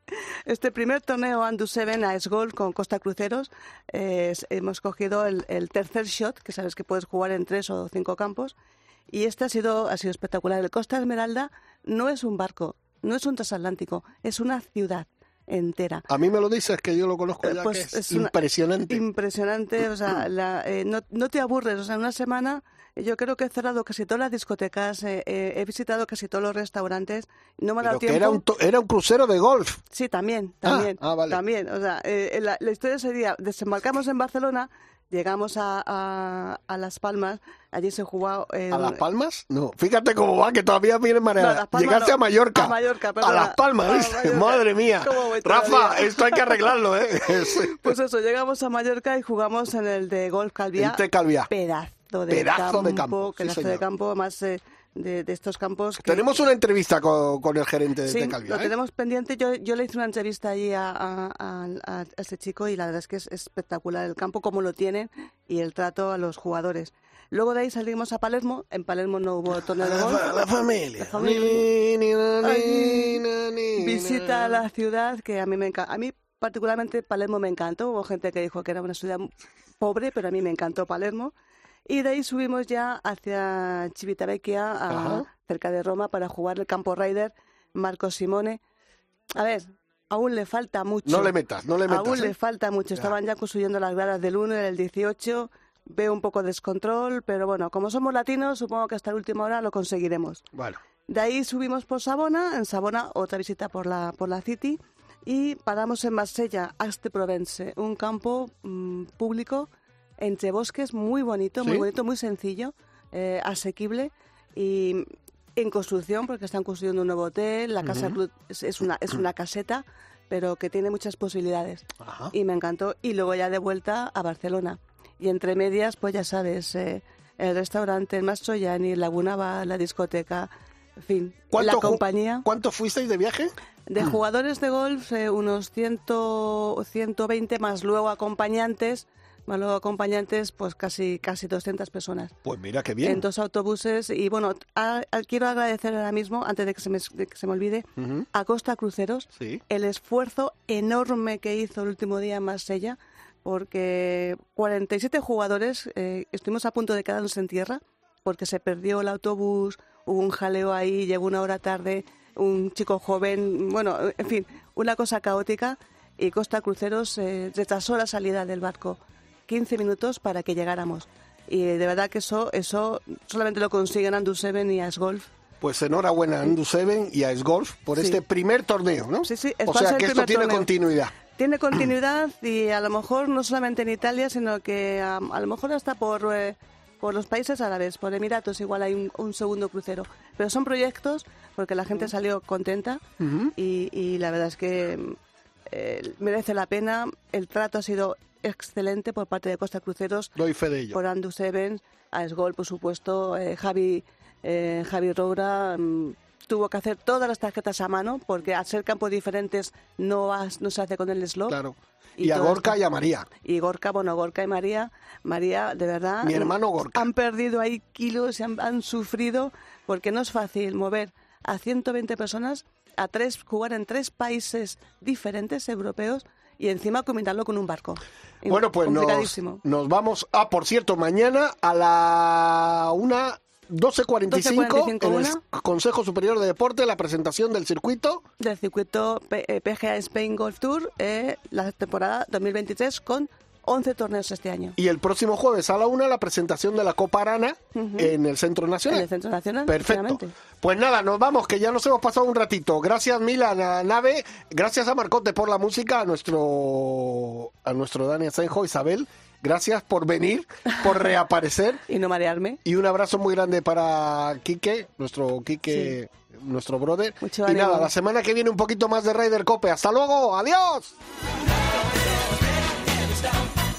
Este primer torneo Andu Seven a Gold con Costa Cruceros, eh, es- hemos cogido el, el tercer shot, que sabes que puedes jugar en tres o cinco campos, y este ha sido, ha sido espectacular. El Costa Esmeralda no es un barco, no es un transatlántico, es una ciudad entera. A mí me lo dices, que yo lo conozco ya, Pues que es, es una- impresionante. Impresionante, o sea, la- eh, no, no te aburres, o sea, en una semana yo creo que he cerrado casi todas las discotecas, eh, eh, he visitado casi todos los restaurantes, no me ha dado Pero que tiempo. era un, to- era un crucero de golf. Sí, también, Ah, también, ah, vale. también. O sea, eh, la, la historia sería, desembarcamos en Barcelona, llegamos a, a, a Las Palmas, allí se jugaba... eh, ¿A Las Palmas? No, fíjate cómo va, que todavía viene No, mareada. Las Palmas Llegaste no. a Mallorca. A Mallorca, A perdona. Las Palmas, A ¿viste? Mallorca. Madre mía. ¿Cómo voy Rafa, todavía? esto hay que arreglarlo, ¿eh? Sí. Pues eso, llegamos a Mallorca y jugamos en el de Golf Calviá. En T. Calviá. Pedazo de Pedazo campo. de campo, sí, Pedazo señor. de campo, más eh, de, de estos campos que... Tenemos una entrevista con, con el gerente de Sí, T. Calviá, lo ¿eh? tenemos pendiente. Yo, yo le hice una entrevista allí a, a, a, a ese chico y la verdad es que es espectacular el campo, como lo tienen y el trato a los jugadores. Luego de ahí salimos a Palermo. En Palermo no hubo torneo de La, golf. fa- la familia. La familia. Ni, ni, na, ni, Allí na, ni, visita na. a la ciudad que a mí me encanta. A mí particularmente Palermo me encantó. Hubo gente que dijo que era una ciudad pobre, pero a mí me encantó Palermo. Y de ahí subimos ya hacia Civitavecchia, a- Ajá. cerca de Roma, para jugar el campo Ryder Marco Simone. A ver, aún le falta mucho. No le metas, no le metas. Aún ¿eh? le falta mucho. Estaban ya construyendo las gradas del uno y del dieciocho. Veo un poco de descontrol, pero bueno, como somos latinos, supongo que hasta la última hora lo conseguiremos. Bueno, De ahí subimos por Sabona, en Sabona otra visita por la, por la City, y paramos en Marsella, Aste Provence, un campo mm, público entre bosques muy bonito, muy ¿Sí? bonito, muy sencillo, eh, asequible y en construcción, porque están construyendo un nuevo hotel, la Casa Ujú. Club es, es una, es una caseta, pero que tiene muchas posibilidades. ajá. Y me encantó. Y luego ya de vuelta a Barcelona. Y entre medias, pues ya sabes, eh, el restaurante, el Mastroianni, Laguna Bar, la discoteca, en fin, ¿Cuánto la ju- compañía. ¿Cuánto fuisteis de viaje? De jugadores de golf, eh, unos cien, ciento veinte, más luego acompañantes, más luego acompañantes, pues casi casi doscientas personas. Pues mira qué bien. En dos autobuses. Y bueno, a- a- quiero agradecer ahora mismo, antes de que se me, de que se me olvide, Ujú. a Costa Cruceros, Sí. el esfuerzo enorme que hizo el último día en Marsella, porque cuarenta y siete jugadores eh, estuvimos a punto de quedarnos en tierra, porque se perdió el autobús, hubo un jaleo ahí, llegó una hora tarde, un chico joven, bueno, en fin, una cosa caótica, y Costa Cruceros eh, retrasó la salida del barco quince minutos para que llegáramos. Y de verdad que eso eso solamente lo consiguen Andrew Seven y As Golf. Pues enhorabuena a Andrew Seven y a S-Golf por Sí. este primer torneo, ¿no? Sí, sí, es O va a sea ser que el esto primer tiene torneo. continuidad. Tiene continuidad y a lo mejor no solamente en Italia, sino que a, a lo mejor hasta por, eh, por los países árabes, por Emiratos, igual hay un, un segundo crucero. Pero son proyectos porque la gente salió contenta Ujú. y, y la verdad es que eh, merece la pena. El trato ha sido excelente por parte de Costa Cruceros, Doy fe de ello. por Andrew Seven, a Esgol, por supuesto, eh, Javi, eh, Javi Roura mm, tuvo que hacer todas las tarjetas a mano porque al ser campos diferentes no, has- no se hace con el slot. Claro. Y, a todo Gorka esto. y a María. Y Gorka, bueno, Gorka y María, María, de verdad... Mi hermano Gorka. Han perdido ahí kilos y han, han sufrido porque no es fácil mover a ciento veinte personas a tres, jugar en tres países diferentes europeos y encima combinarlo con un barco. Bueno, pues nos, Complicadísimo. nos vamos. Ah, por cierto, mañana a la una doce cuarenta y cinco doce cuarenta y cinco, en el Consejo Superior de Deporte, la presentación del circuito. Del circuito P- eh, P G A Spain Golf Tour, eh, la temporada dos mil veintitrés con once torneos este año. Y el próximo jueves a la una la presentación de la Copa Arana Ujú. en el Centro Nacional. En el Centro Nacional, Perfecto. efectivamente. Pues nada, nos vamos, que ya nos hemos pasado un ratito. Gracias, Milan, a Nave. Gracias a Marcote por la música, a nuestro, a nuestro Dani Asenjo, Isabel. Gracias por venir, por reaparecer. Y no marearme. Y un abrazo muy grande para Quique, nuestro Quique, nuestro brother. Mucho y ánimo. nada, la semana que viene un poquito más de Ryder Cope. ¡Hasta luego! ¡Adiós! Stop.